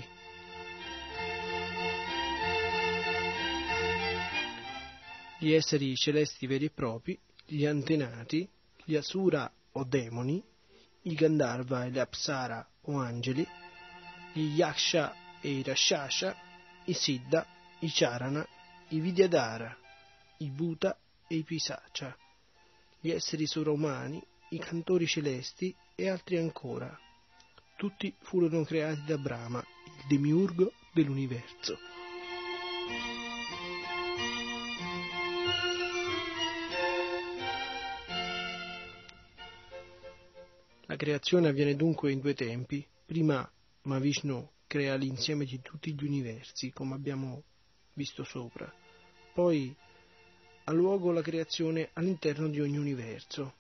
Gli esseri celesti veri e propri, gli antenati, gli asura o demoni, i Gandharva e le Apsara o angeli, gli Yaksha e i Rakshasa, i Siddha, i Charana, i Vidyadhara, i Bhuta e i Pisacha, gli esseri sovraumani, i cantori celesti e altri ancora. Tutti furono creati da Brahma, il demiurgo dell'universo. La creazione avviene dunque in 2 tempi. Prima Mahavishnu crea l'insieme di tutti gli universi, come abbiamo visto sopra. Poi ha luogo la creazione all'interno di ogni universo.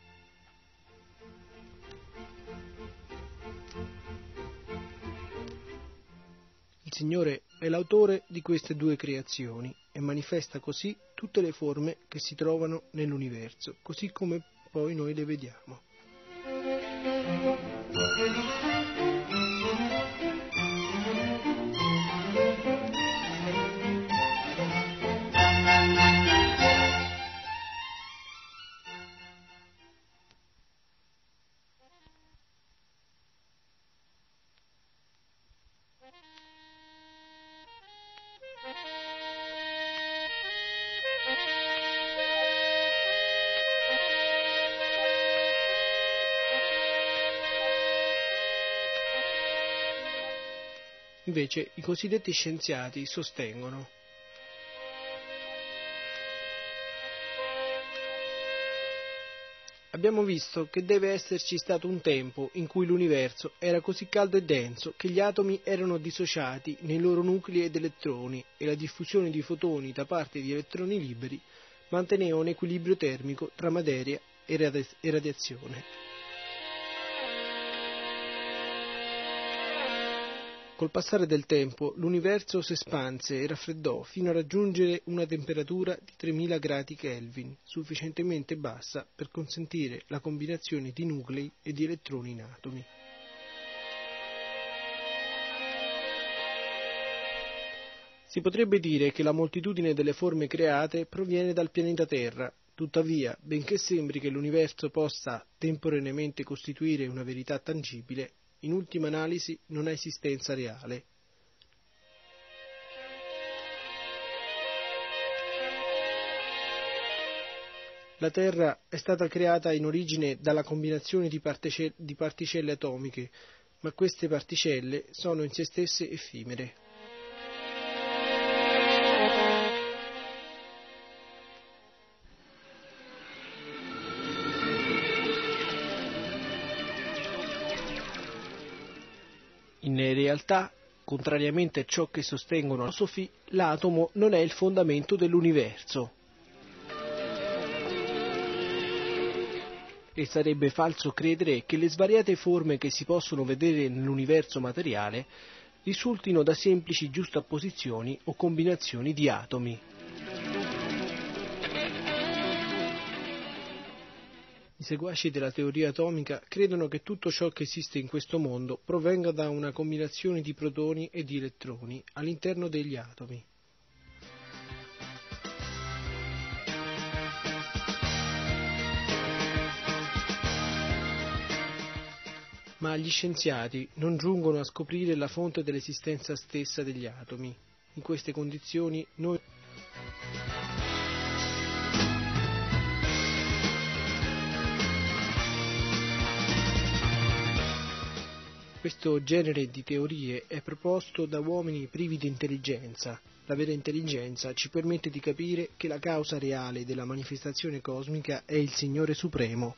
Il Signore è l'autore di queste 2 creazioni e manifesta così tutte le forme che si trovano nell'universo, così come poi noi le vediamo. Invece i cosiddetti scienziati sostengono: abbiamo visto che deve esserci stato un tempo in cui l'universo era così caldo e denso che gli atomi erano dissociati nei loro nuclei ed elettroni e la diffusione di fotoni da parte di elettroni liberi manteneva un equilibrio termico tra materia e radiazione. Col passare del tempo l'universo si espanse e raffreddò fino a raggiungere una temperatura di 3000 gradi Kelvin, sufficientemente bassa per consentire la combinazione di nuclei e di elettroni in atomi. Si potrebbe dire che la moltitudine delle forme create proviene dal pianeta Terra. Tuttavia, benché sembri che l'universo possa temporaneamente costituire una verità tangibile, in ultima analisi non ha esistenza reale. La Terra è stata creata in origine dalla combinazione di particelle atomiche, ma queste particelle sono in se stesse effimere. In realtà, contrariamente a ciò che sostengono i filosofi, l'atomo non è il fondamento dell'universo. E sarebbe falso credere che le svariate forme che si possono vedere nell'universo materiale risultino da semplici giustapposizioni o combinazioni di atomi. I seguaci della teoria atomica credono che tutto ciò che esiste in questo mondo provenga da una combinazione di protoni e di elettroni all'interno degli atomi. Ma gli scienziati non giungono a scoprire la fonte dell'esistenza stessa degli atomi. In queste condizioni noi Questo genere di teorie è proposto da uomini privi di intelligenza. La vera intelligenza ci permette di capire che la causa reale della manifestazione cosmica è il Signore Supremo.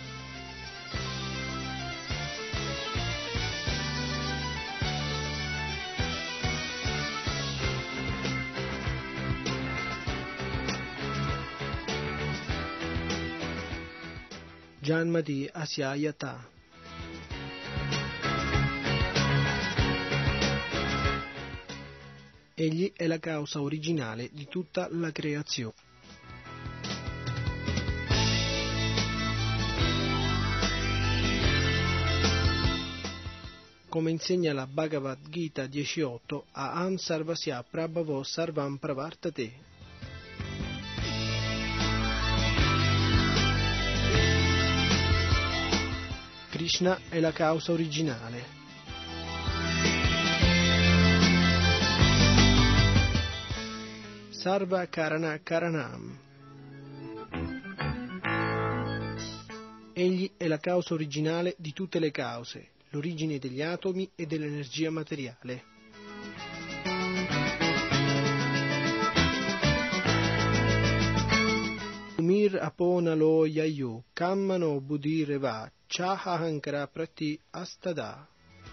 Janmati Asyayata. Egli è la causa originale di tutta la creazione. Come insegna la Bhagavad Gita 10.8, Aham Sarvasya Prabhavo Sarvam Pravartate. Krishna è la causa originale. Sarva Karana Karanam. Egli è la causa originale di tutte le cause, l'origine degli atomi e dell'energia materiale. Umir apona lo yayu, kammano budireva, chahahankara prati astada.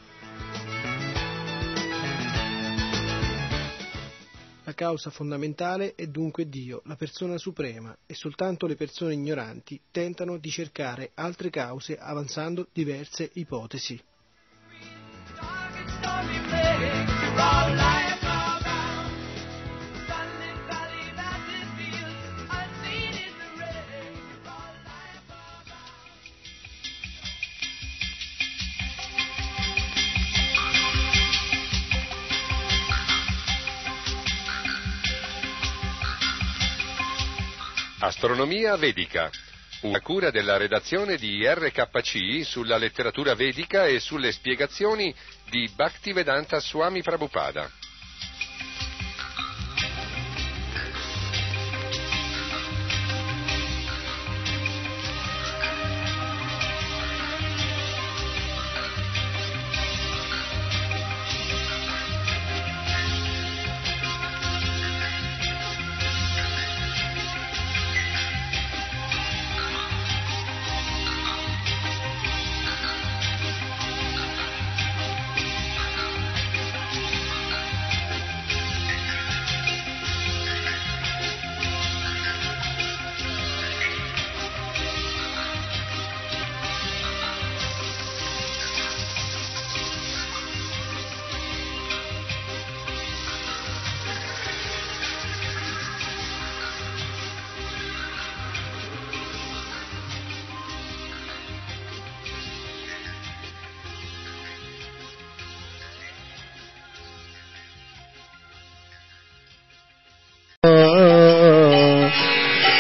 La causa fondamentale è dunque Dio, la persona suprema, e soltanto le persone ignoranti tentano di cercare altre cause avanzando diverse ipotesi. Astronomia Vedica, una cura della redazione di RKC sulla letteratura vedica e sulle spiegazioni di Bhaktivedanta Swami Prabhupada.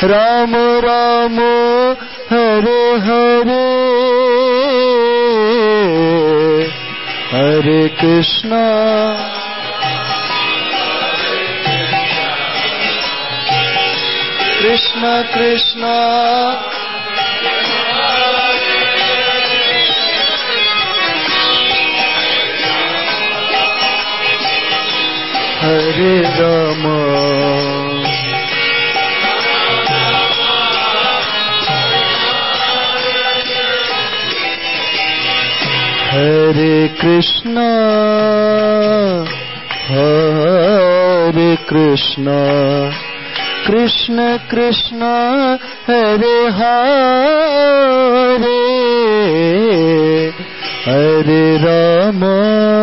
Ram Ram Hare Hare Hare Krishna Krishna Krishna Hare Rama Hare Krishna Hare Krishna Krishna Krishna Hare Hare Hare Rama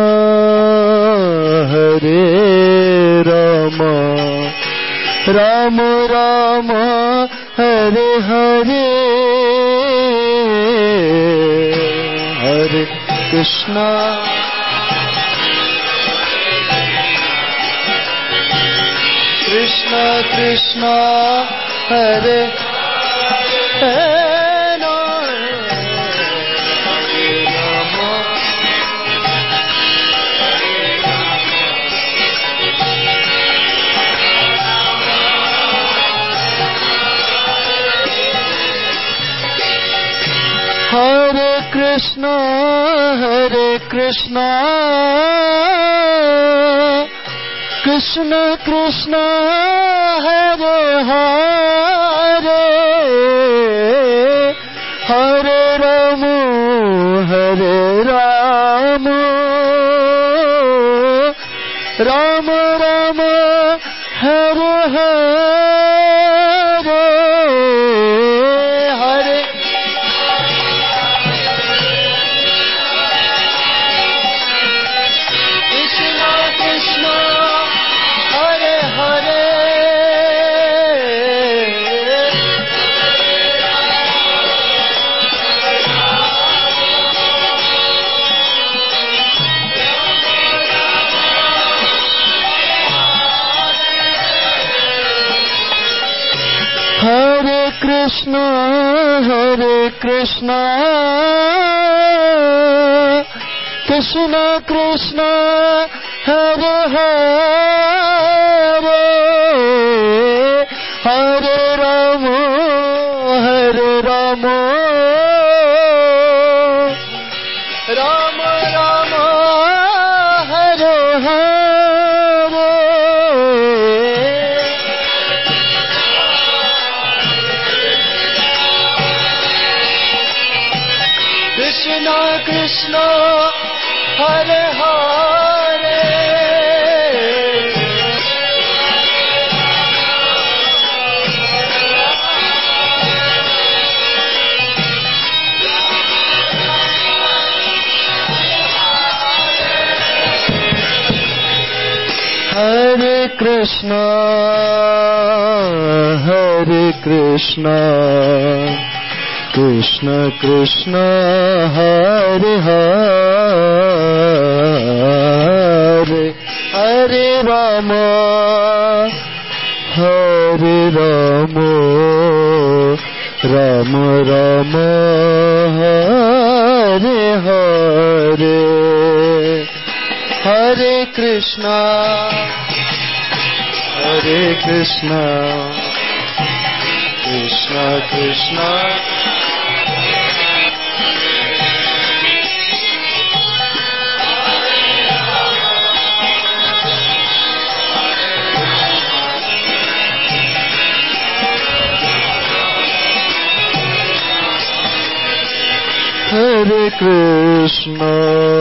Hare Rama Rama Rama Hare Hare Hare Krishna Krishna Krishna Hare Hare Krishna Hare Krishna Krishna Krishna Hare Hare Hare Rama Hare Rama Rama Rama Hare Hare Hare Krishna Krishna Hare Hare Hare Krishna Hare Krishna Krishna Krishna Hare Hare Hare Rama Hare Rama Rama Rama Hare Hare Krishna Krishna Hare Hare Hare Krishna Hare Krishna Krishna Krishna Hare Hare Hare Rama Hare Rama Rama Rama Hare Hare Hare Krishna Hare Krishna Krishna Krishna Hare Krishna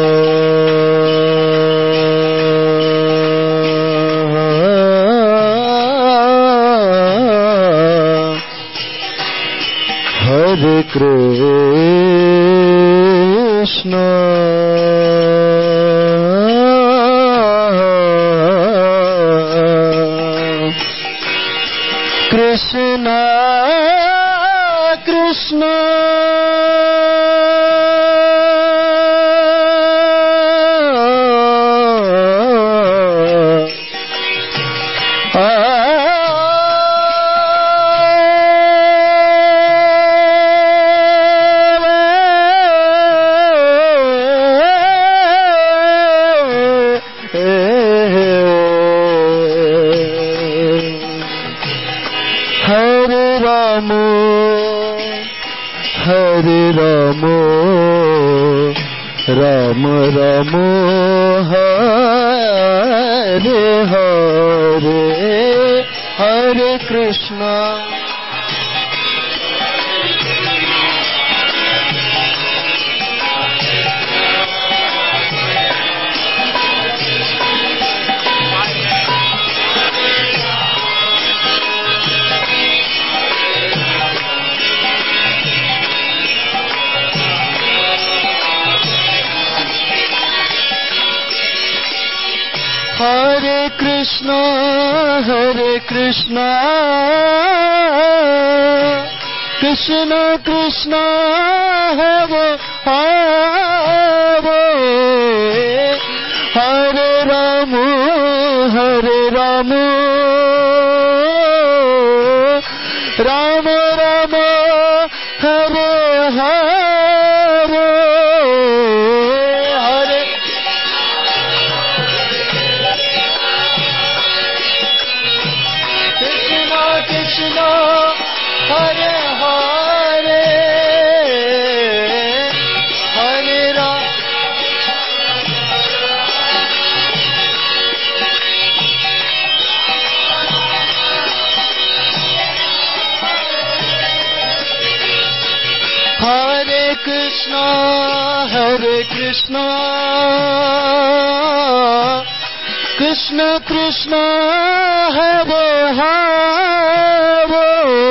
Hare Krishna Krishna Krishna Ram Ram Hare Hare Hare Krishna Hare Krishna, Hare Krishna, Krishna Krishna, Hare Hare, Hare Rama, Hare Rama, Rama Rama, Hare Hare, Hare Krishna, Hare Hare, Hare Rama, Hare Krishna, Hare Krishna, Krishna Krishna, Hare Hare,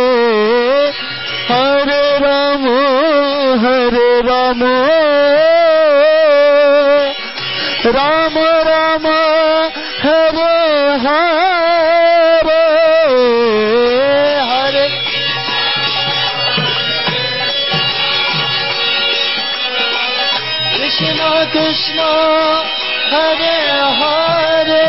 Hare Rama, Hare Rama, Rama Rama, Hare Hare, Hare Krishna Krishna, Hare Hare,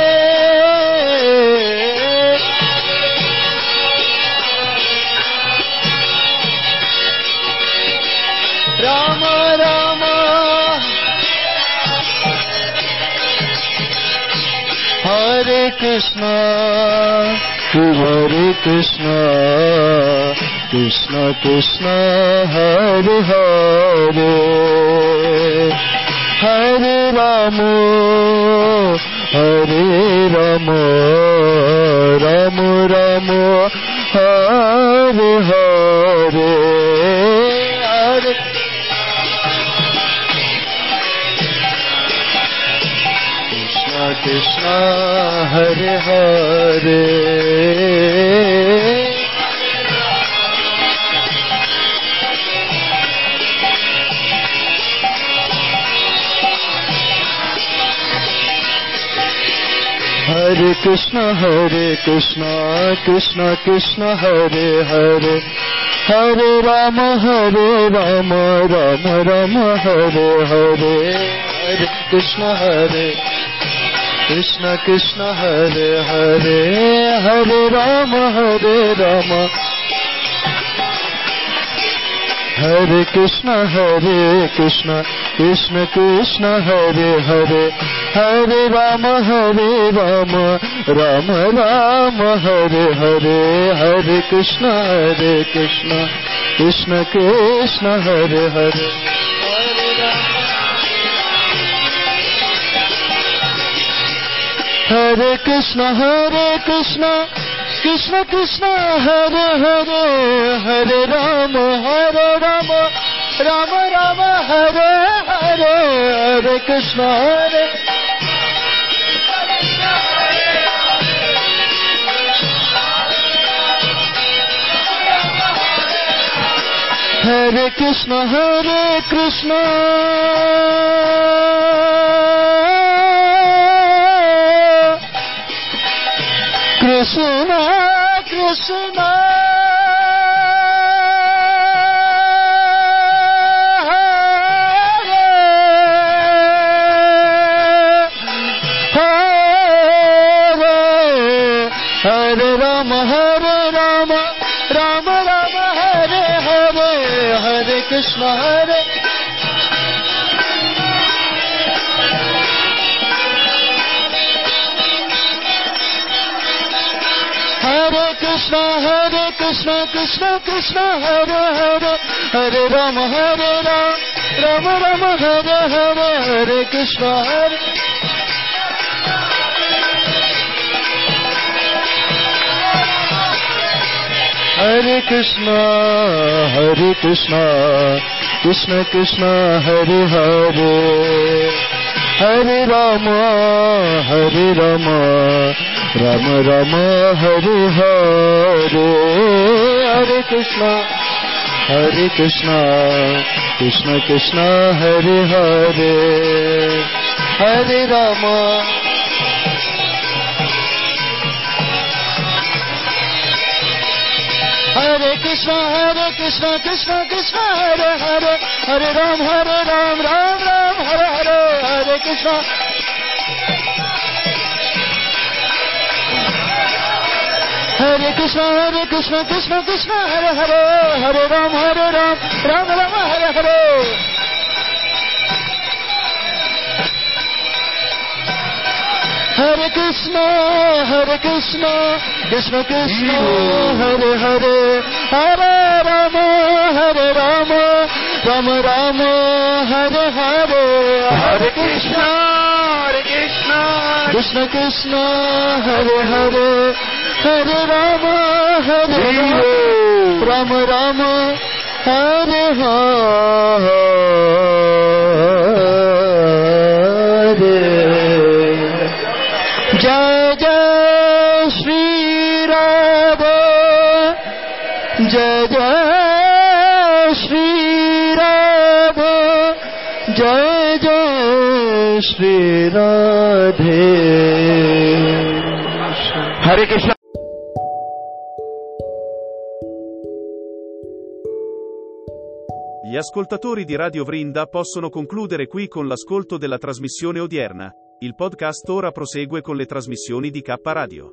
Rama Rama, Hare Krishna, Hare Krishna, Krishna Krishna, Hare Hare, Hare Rama, Hare Rama, Rama Rama, Hare Hare, Hare Krishna Krishna, Hare Hare, Hare Krishna, Krishna Krishna, Hare Hare, Hare Rama, Rama Rama, Hare Hare, Hare Krishna, Krishna Krishna, Hare Hare, Hare Rama, Hare Krishna, Krishna Krishna, Hare Hare, Hare Rama, Rama Rama, Hare Hare, Hare Krishna, Krishna Krishna, Hare Hare, Hare Krishna, Krishna Krishna, Hare Hare, Hare Rama, Rama Rama, Hare Hare, Hare Krishna, Hare Krishna, Krishna Krishna, Hare Rama, Rama Rama, Hare Hare, Hare Krishna, Hare Krishna, Krishna Krishna, Hare Hare, Hare Rama, Rama Rama Rama Hare Hare Hare Krishna Hare Krishna Krishna Krishna Hare Hare Hare Rama Rama Rama Hare Hare Hare Krishna Krishna Krishna Hare Hare Hare Rama Hare Krishna Krishna Krishna Hare Hare Hare Ram Ram Ram Hare Hare Hare Krishna Krishna Krishna Hare Hare Hare Ram Ram Ram Hare Hare Hare Krishna Krishna Krishna Hare Hare Hare Rama Rama Rama Hare Hare Hare Krishna Krishna Krishna Hare Hare Hare Rama Rama Rama Hare Hare Jai Jai Shri Radha Jai Jai Shri Radha Jai Jai Shri Radhe Hare Krishna. Gli ascoltatori di Radio Vrinda possono concludere qui con l'ascolto della trasmissione odierna. Il podcast ora prosegue con le trasmissioni di K Radio.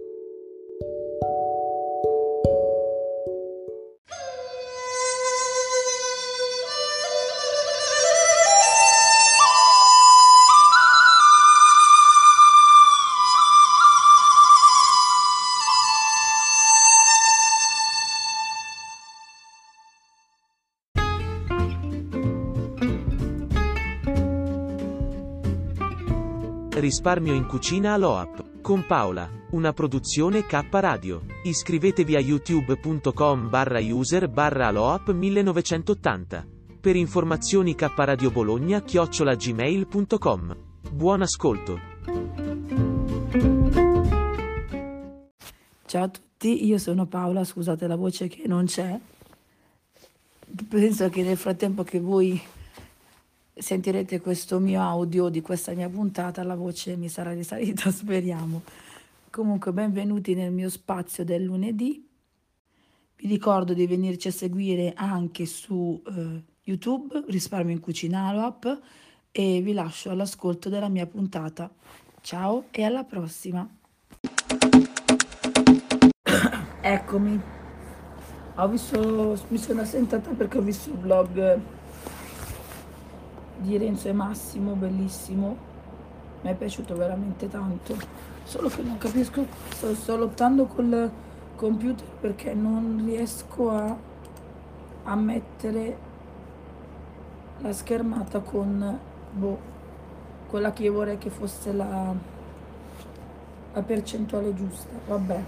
Risparmio in cucina all'OAP. Con Paola. Una produzione K Radio. Iscrivetevi a youtube.com/user/aloap 1980. Per informazioni kradiobologna@gmail.com. Buon ascolto. Ciao a tutti, io sono Paola, scusate la voce che non c'è. Penso che nel frattempo che voi sentirete questo mio audio di questa mia puntata, la voce mi sarà risalita, speriamo. Comunque, benvenuti nel mio spazio del lunedì. Vi ricordo di venirci a seguire anche su YouTube, Risparmio in Cucina Aloap, e vi lascio all'ascolto della mia puntata. Ciao e alla prossima. Eccomi. Mi sono assentata perché ho visto il vlog di Renzo e Massimo, bellissimo, mi è piaciuto veramente tanto, solo che non capisco, sto lottando col computer perché non riesco a mettere la schermata con quella che io vorrei che fosse la percentuale giusta. Vabbè,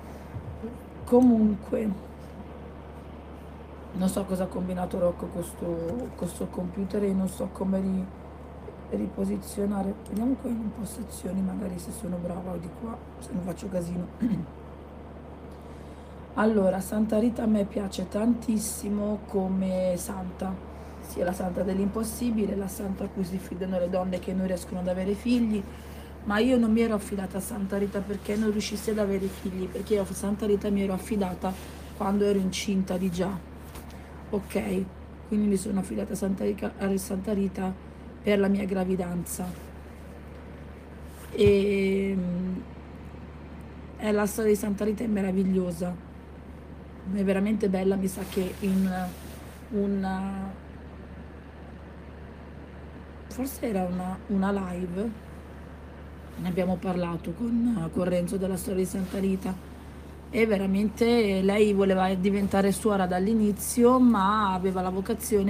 comunque non so cosa ha combinato Rocco con questo computer e non so come riposizionare. Vediamo qua in impostazioni, magari se sono brava o di qua, se non faccio casino. Allora, Santa Rita a me piace tantissimo come santa, sia la santa dell'impossibile, la santa a cui si fidano le donne che non riescono ad avere figli, ma io non mi ero affidata a Santa Rita perché non riuscissi ad avere figli, perché io a Santa Rita mi ero affidata quando ero incinta di già. Ok, quindi mi sono affidata a Santa Rita per la mia gravidanza. E la storia di Santa Rita è meravigliosa, è veramente bella. Mi sa che forse era una live, ne abbiamo parlato con Renzo della storia di Santa Rita. E veramente lei voleva diventare suora dall'inizio, ma aveva la vocazione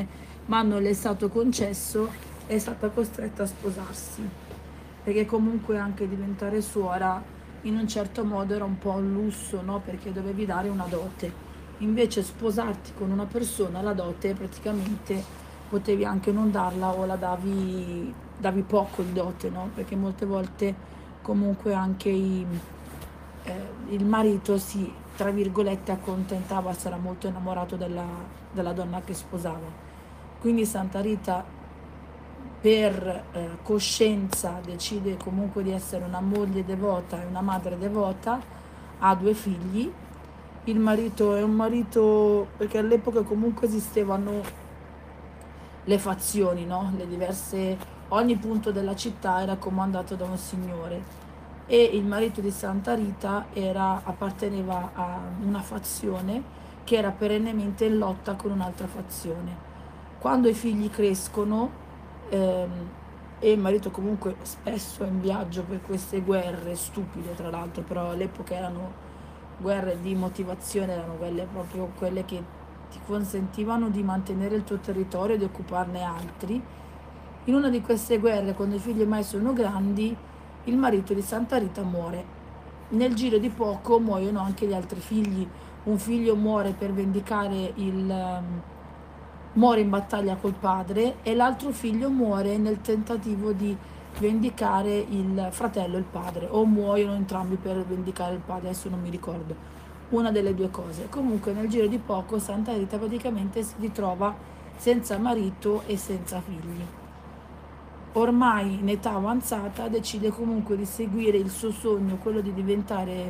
ma non le è stato concesso, è stata costretta a sposarsi, perché comunque anche diventare suora in un certo modo era un po' un lusso, no? Perché dovevi dare una dote. Invece sposarti con una persona, la dote praticamente potevi anche non darla, o la davi poco in dote, no? Perché molte volte comunque anche il marito si, tra virgolette, accontentava se era molto innamorato della donna che sposava. Quindi Santa Rita, per coscienza, decide comunque di essere una moglie devota e una madre devota, ha 2 figli. Il marito è un marito, perché all'epoca comunque esistevano le fazioni, no? Le diverse, ogni punto della città era comandato da un signore, e il marito di Santa Rita apparteneva a una fazione che era perennemente in lotta con un'altra fazione. Quando i figli crescono, e il marito comunque spesso è in viaggio per queste guerre stupide, tra l'altro, però all'epoca erano guerre di motivazione, erano proprio quelle che ti consentivano di mantenere il tuo territorio e di occuparne altri. In una di queste guerre, quando i figli ormai sono grandi, il marito di Santa Rita muore. Nel giro di poco muoiono anche gli altri figli. Un figlio muore per vendicare muore in battaglia col padre, e l'altro figlio muore nel tentativo di vendicare il fratello e il padre, o muoiono entrambi per vendicare il padre, adesso non mi ricordo, una delle 2 cose. Comunque nel giro di poco Santa Rita praticamente si ritrova senza marito e senza figli. Ormai in età avanzata decide comunque di seguire il suo sogno, quello di diventare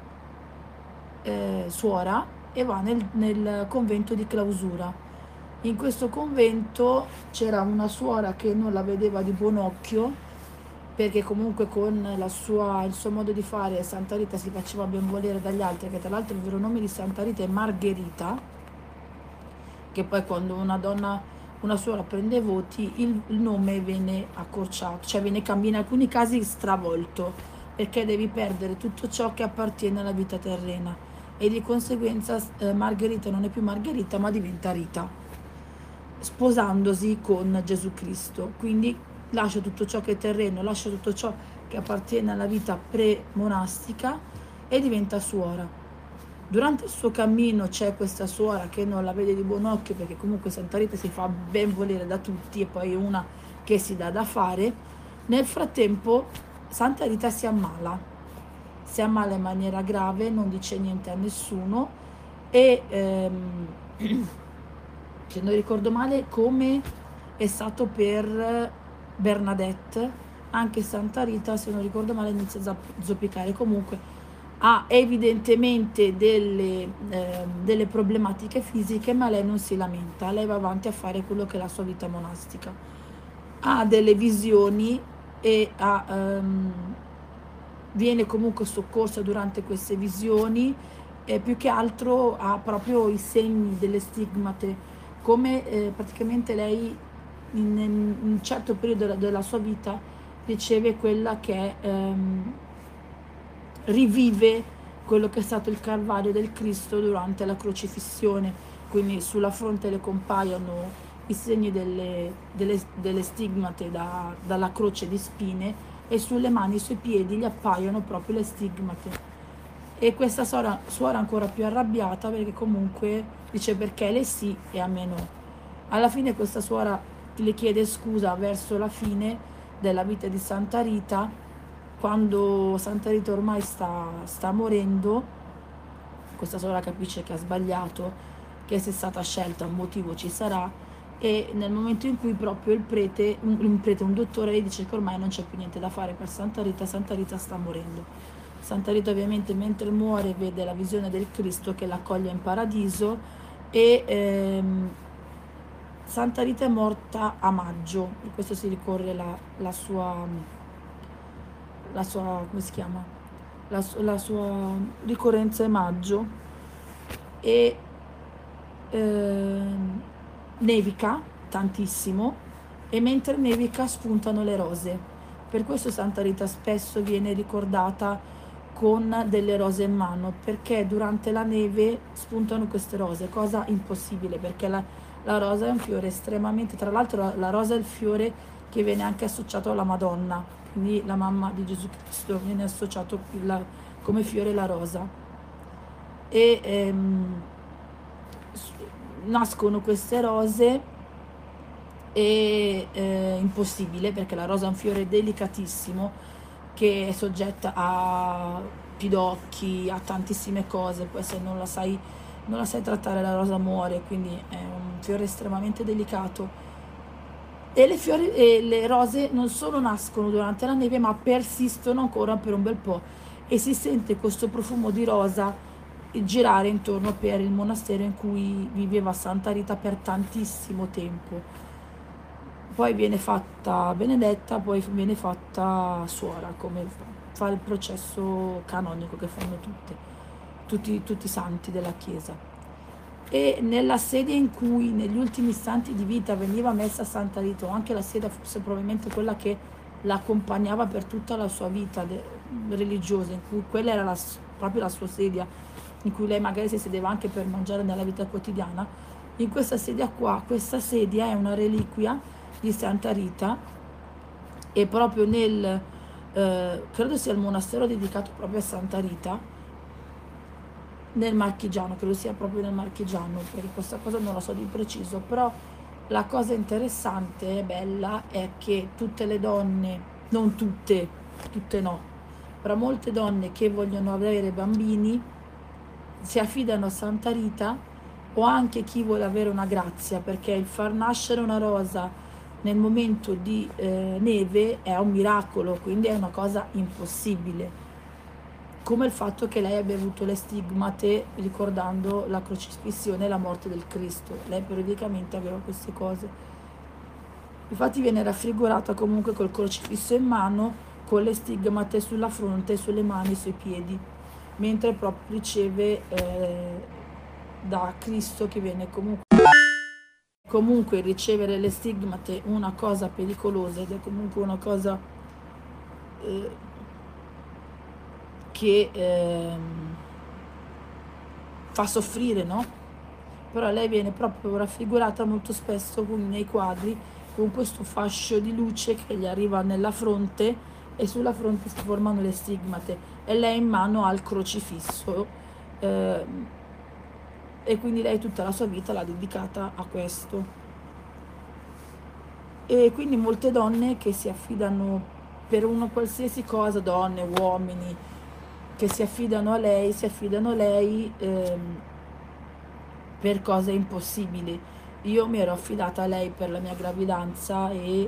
suora, e va nel convento di clausura. In questo convento c'era una suora che non la vedeva di buon occhio, perché comunque con il suo modo di fare Santa Rita si faceva ben volere dagli altri, che tra l'altro il vero nome di Santa Rita è Margherita, che poi quando una suora prende voti il nome viene accorciato, cioè viene in alcuni casi stravolto, perché devi perdere tutto ciò che appartiene alla vita terrena, e di conseguenza Margherita non è più Margherita ma diventa Rita, sposandosi con Gesù Cristo. Quindi lascia tutto ciò che è terreno, lascia tutto ciò che appartiene alla vita pre-monastica e diventa suora. Durante il suo cammino c'è questa suora che non la vede di buon occhio, perché comunque Santa Rita si fa ben volere da tutti e poi è una che si dà da fare. Nel frattempo Santa Rita si ammala in maniera grave, non dice niente a nessuno, e se non ricordo male, come è stato per Bernadette, anche Santa Rita, se non ricordo male, inizia a zoppicare. Comunque ha evidentemente delle problematiche fisiche, ma lei non si lamenta, lei va avanti a fare quello che è la sua vita monastica. Ha delle visioni e viene comunque soccorsa durante queste visioni, e più che altro ha proprio i segni delle stigmate, come praticamente lei in un certo periodo della sua vita riceve quella che rivive quello che è stato il Calvario del Cristo durante la crocifissione. Quindi sulla fronte le compaiono i segni delle stigmate dalla croce di spine, e sulle mani e sui piedi gli appaiono proprio le stigmate. E questa suora è ancora più arrabbiata, perché comunque dice: perché lei sì e a me no. Alla fine questa suora le chiede scusa verso la fine della vita di Santa Rita, quando Santa Rita ormai sta morendo. Questa suora capisce che ha sbagliato, che se è stata scelta un motivo ci sarà, e nel momento in cui proprio un dottore le dice che ormai non c'è più niente da fare per Santa Rita sta morendo. Santa Rita ovviamente mentre muore vede la visione del Cristo che l'accoglie in paradiso, e Santa Rita è morta a maggio, per questo si ricorre la sua come si chiama? La sua ricorrenza è maggio, e nevica tantissimo, e mentre nevica spuntano le rose. Per questo Santa Rita spesso viene ricordata con delle rose in mano, perché durante la neve spuntano queste rose, cosa impossibile, perché La rosa è un fiore estremamente, tra l'altro la rosa è il fiore che viene anche associato alla Madonna, quindi la mamma di Gesù Cristo viene associato come fiore la rosa. E nascono queste rose e impossibile, perché la rosa è un fiore delicatissimo che è soggetta a pidocchi, a tantissime cose, poi se non la sai trattare la rosa muore, quindi è un fiore estremamente delicato. E le rose non solo nascono durante la neve, ma persistono ancora per un bel po', e si sente questo profumo di rosa girare intorno per il monastero in cui viveva Santa Rita per tantissimo tempo. Poi viene fatta benedetta, poi viene fatta suora, come fa il processo canonico che fanno tutti i santi della Chiesa. E nella sede in cui negli ultimi istanti di vita veniva messa Santa Rita, o anche la sede forse probabilmente quella che l'accompagnava per tutta la sua vita religiosa, in cui quella era proprio la sua sedia, in cui lei magari si sedeva anche per mangiare nella vita quotidiana, in questa sedia qua, questa sedia è una reliquia di Santa Rita, e proprio credo sia il monastero dedicato proprio a Santa Rita, nel Marchigiano, credo sia proprio nel Marchigiano, perché questa cosa non la so di preciso, però la cosa interessante e bella è che tutte le donne, non tutte no, però molte donne che vogliono avere bambini si affidano a Santa Rita, o anche chi vuole avere una grazia, perché il far nascere una rosa nel momento di neve è un miracolo, quindi è una cosa impossibile, come il fatto che lei abbia avuto le stigmate ricordando la crocifissione e la morte del Cristo. Lei periodicamente aveva queste cose, infatti viene raffigurata comunque col crocifisso in mano, con le stigmate sulla fronte, sulle mani, sui piedi, mentre proprio riceve da Cristo, che viene comunque ricevere le stigmate una cosa pericolosa, ed è comunque una cosa che fa soffrire, no? Però lei viene proprio raffigurata molto spesso nei quadri con questo fascio di luce che gli arriva nella fronte, e sulla fronte si formano le stigmate, e lei in mano ha il crocifisso, e quindi lei tutta la sua vita l'ha dedicata a questo. E quindi molte donne che si affidano per una qualsiasi cosa, donne, uomini, che si affidano a lei per cose impossibili. Io mi ero affidata a lei per la mia gravidanza, e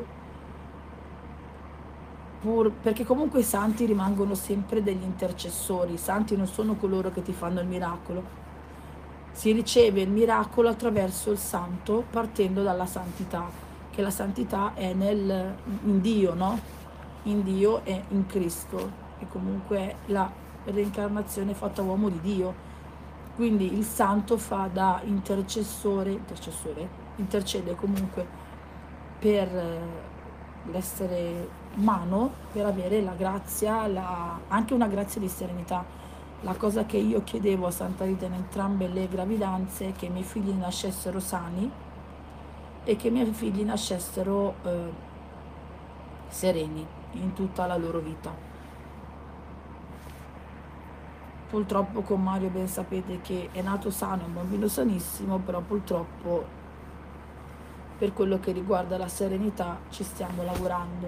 perché comunque i santi rimangono sempre degli intercessori, i santi non sono coloro che ti fanno il miracolo, si riceve il miracolo attraverso il santo, partendo dalla santità, che la santità è in Dio, no? In Dio e in Cristo, e comunque è la reincarnazione fatta uomo di Dio. Quindi il santo fa da intercessore, intercede comunque per l'essere umano, per avere la grazia, anche una grazia di serenità. La cosa che io chiedevo a Santa Rita in entrambe le gravidanze è che i miei figli nascessero sani, e che i miei figli nascessero sereni in tutta la loro vita. Purtroppo con Mario ben sapete che è nato sano, è un bambino sanissimo, però purtroppo per quello che riguarda la serenità ci stiamo lavorando.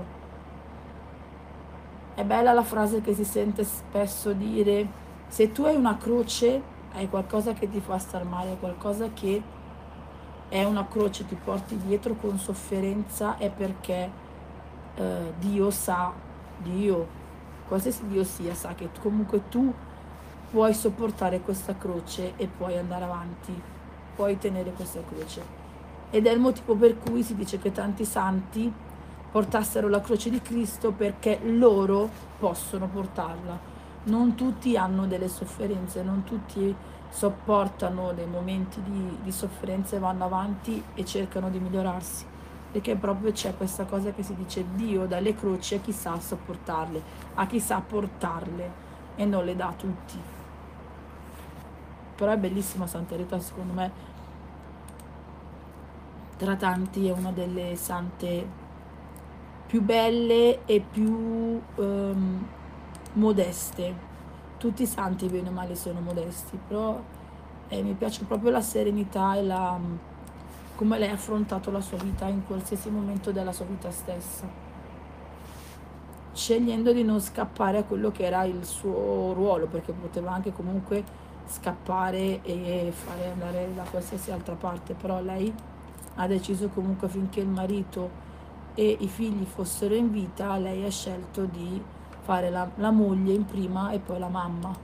È bella la frase che si sente spesso dire: se tu hai una croce, hai qualcosa che ti fa star male, hai qualcosa che è una croce, ti porti dietro con sofferenza, è perché Dio sa, qualsiasi Dio sia, sa che comunque tu puoi sopportare questa croce e puoi andare avanti, puoi tenere questa croce. Ed è il motivo per cui si dice che tanti santi portassero la croce di Cristo, perché loro possono portarla. Non tutti hanno delle sofferenze, non tutti sopportano dei momenti di sofferenza e vanno avanti e cercano di migliorarsi, perché proprio c'è questa cosa che si dice: Dio dà le croci a chi sa sopportarle, a chi sa portarle, e non le dà a tutti. Però è bellissima Santa Rita, secondo me tra tanti è una delle sante più belle e più modeste. Tutti i santi bene o male sono modesti, però mi piace proprio la serenità e come lei ha affrontato la sua vita in qualsiasi momento della sua vita stessa, scegliendo di non scappare a quello che era il suo ruolo, perché poteva anche comunque scappare e fare andare da qualsiasi altra parte, però lei ha deciso comunque, finché il marito e i figli fossero in vita, lei ha scelto di fare la moglie in prima e poi la mamma.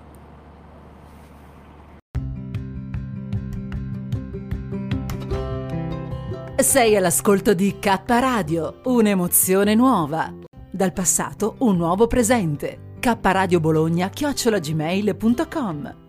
Sei all'ascolto di K Radio, un'emozione nuova. Dal passato un nuovo presente. kradiobologna@gmail.com